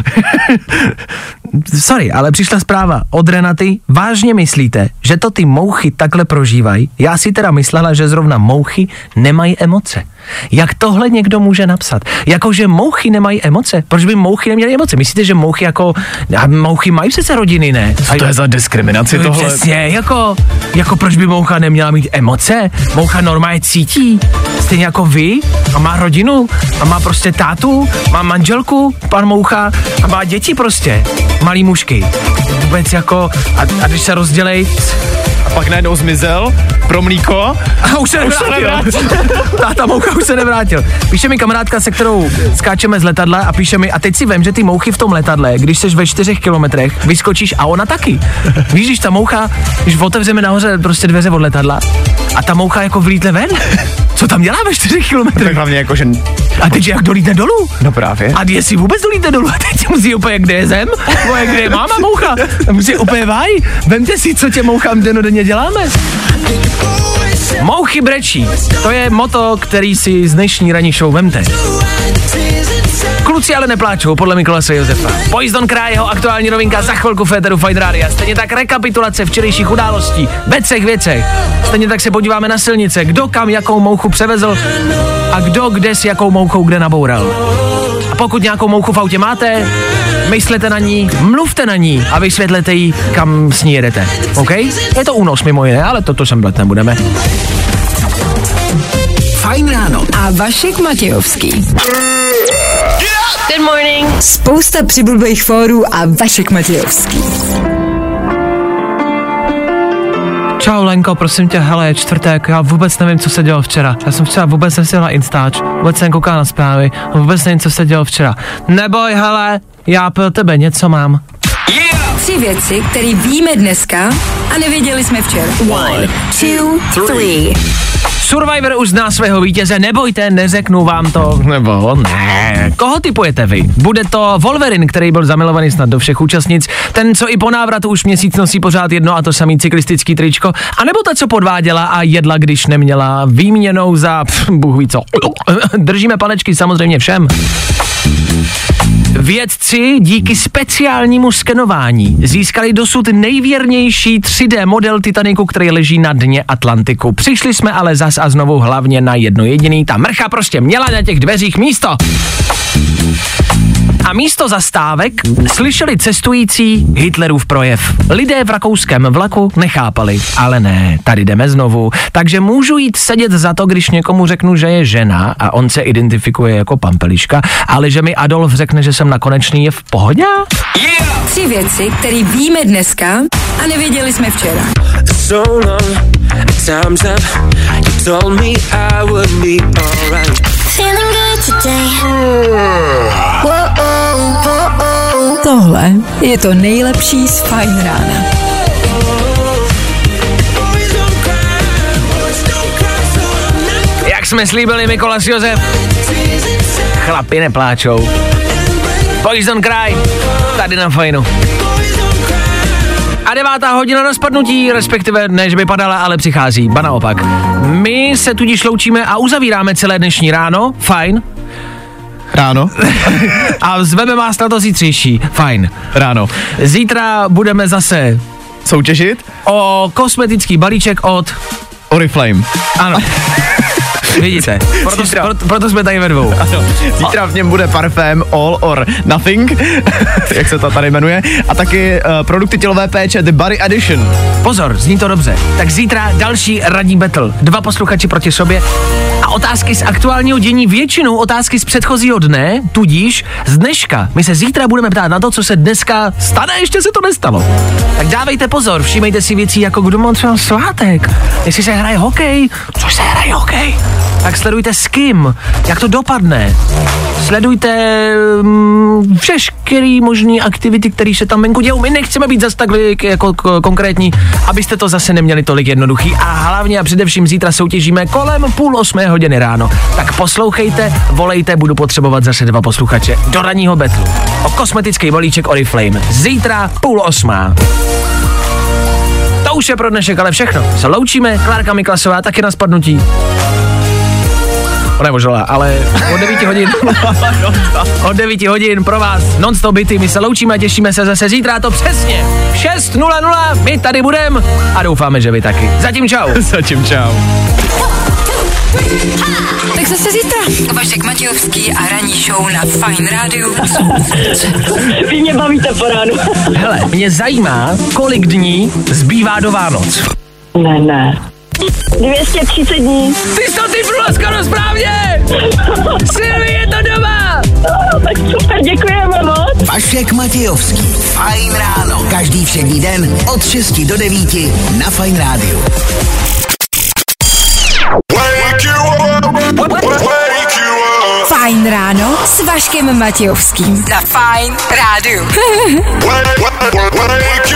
sorry, ale přišla zpráva od Renaty. Vážně myslíte, že to ty mouchy takhle prožívají? Já si teda myslela, že zrovna mouchy nemají emoce. Jak tohle někdo může napsat? Jakože mouchy nemají emoce? Proč by mouchy neměly emoce? Myslíte, že mouchy mouchy mají přece rodiny, ne? Co to je za diskriminaci tohle? Přesně, jako proč by moucha neměla mít emoce? Moucha normálně cítí, stejně jako vy, a má rodinu, a má prostě tátu, má manželku, pan moucha, a má děti prostě, malý mužky. Vůbec jako, a když se rozdělej, a pak najednou zmizel pro mlíko a už se nevrátil. Ta moucha už se nevrátil. Píše mi kamarádka, se kterou skáčeme z letadla a píše mi, a teď si vem, že ty mouchy v tom letadle, když seš ve 4 kilometrech, vyskočíš a ona taky. Víš, když ta moucha, když otevřeme nahoře prostě dveře od letadla a ta moucha jako vlítne ven, co tam dělá ve 4 kilometrech? Tak hlavně jako, že... A teď jak dolítne dolů? No právě. A jestli vůbec dolítne dolů? A teď si musí úplně, kde je zem? Kde je máma moucha? Musí úplně vaj. Vemte si, co tě mouchám denodenně děláme. Mouchy brečí. To je motto, který si z dnešní ranní show vemte. Kluci ale nepláčou, podle Mikolase Josefa. Boys Don't Cry, jeho aktuální novinka za chvilku v éteru Fajn Rádia. Stejně tak rekapitulace včerejších událostí ve 3 věcech. Stejně tak se podíváme na silnice, kdo kam jakou mouchu převezl a kdo kde s jakou mouchou kde naboural. A pokud nějakou mouchu v autě máte, myslete na ní, mluvte na ní a vysvětlete jí, kam s ní jedete. OK? Je to únos mimo jiné, ale toto sem blet nebudeme. Fajn ráno. A Vašek Matějovský. Good morning. Spousta přibulbých fórů a Vašek Matějovský. Čau Lenko, prosím tě, hele, je čtvrtek, já vůbec nevím, co se dělo včera. Já jsem včera vůbec nesil na Instač, vůbec jsem koukal na zprávy, vůbec nevím, co se dělo včera. Neboj, hele, já pro tebe něco mám. 3 věci, které víme dneska a nevěděli jsme včera. 1, 2, 3. Survivor už zná svého vítěze, nebojte, neřeknu vám to, nebo ne. Koho tipujete vy? Bude to Wolverine, který byl zamilovaný snad do všech účastnic, ten, co i po návratu už měsíc nosí pořád jedno a to samý cyklistický tričko, anebo ta, co podváděla a jedla, když neměla, výměnou za, bůh ví co. Držíme palečky samozřejmě všem. Vědci díky speciálnímu skenování získali dosud nejvěrnější 3D model Titaniku, který leží na dně Atlantiku. Přišli jsme ale zas a znovu hlavně na jedno jediný. Ta mrcha prostě měla na těch dveřích místo. A místo zastávek slyšeli cestující Hitlerův projev. Lidé v rakouském vlaku nechápali, ale ne, tady jdeme znovu. Takže můžu jít sedět za to, když někomu řeknu, že je žena a on se identifikuje jako pampeliška, ale že mi Adolf řekne, že jsem nakonečný, je v pohodě? 3 věci, které víme dneska a nevěděli jsme včera. Tohle je to nejlepší z Fajn rána. Jak jsme slíbili, Mikolas Josef, chlapi nepláčou. Boys Don't Cry, tady na Fajnu. A 9. hodina na spadnutí, respektive ne, že by padala, ale přichází, ba naopak. My se tudíž loučíme a uzavíráme celé dnešní ráno, fajn. Ráno. A zveme vás na to zítřejší, fajn. Ráno. Zítra budeme zase soutěžit o kosmetický balíček od Oriflame. Ano. Vidíte, proto jsme tady ve dvou. Ano, zítra v něm bude parfém All or Nothing, jak se to tady jmenuje, a taky produkty tělové péče The Body Edition. Pozor, zní to dobře. Tak zítra další radní battle. 2 posluchači proti sobě a otázky z aktuálního dění, většinou otázky z předchozího dne, tudíž z dneška. My se zítra budeme ptát na to, co se dneska stane, ještě se to nestalo. Tak dávejte pozor, všímejte si věcí jako kdo má třeba svátek, jestli se hraje hokej, což se hraje hokej. Tak sledujte s kým, jak to dopadne. Sledujte všechny možné aktivity, které se tam venku dějou. My nechceme být zase takhle jako konkrétní, abyste to zase neměli tolik jednoduchý. A hlavně a především zítra soutěžíme kolem 7:30 ráno. Tak poslouchejte, volejte, budu potřebovat zase 2 posluchače do ranního betlu. O kosmetický balíček Oriflame. Zítra 7:30. To už je pro dnešek ale všechno. Se loučíme, Klárka Miklasová taky na spadnutí. Nemožela, ale od 9 hodin. Od 9 hodin pro vás non-stop byty. My se loučíme a těšíme se zase zítra, to přesně 6:00. My tady budeme a doufáme, že vy taky. Zatím čau. Zatím čau. Tak zase zítra. Vašek Matějovský a ranní show na Fajn rádiu. Vy mě bavíte po ránu. Hele, mě zajímá, kolik dní zbývá do Vánoc. Ne. 230 dní. Ty jsi to typnula skoro správně! Silvi, je to doma! Tak super, děkujeme moc. Vašek Matějovský. Fajn ráno. Každý všední den od 6 do 9 na Fajn rádiu. Fajn ráno s Vaškem Matějovským. Na Fajn rádiu.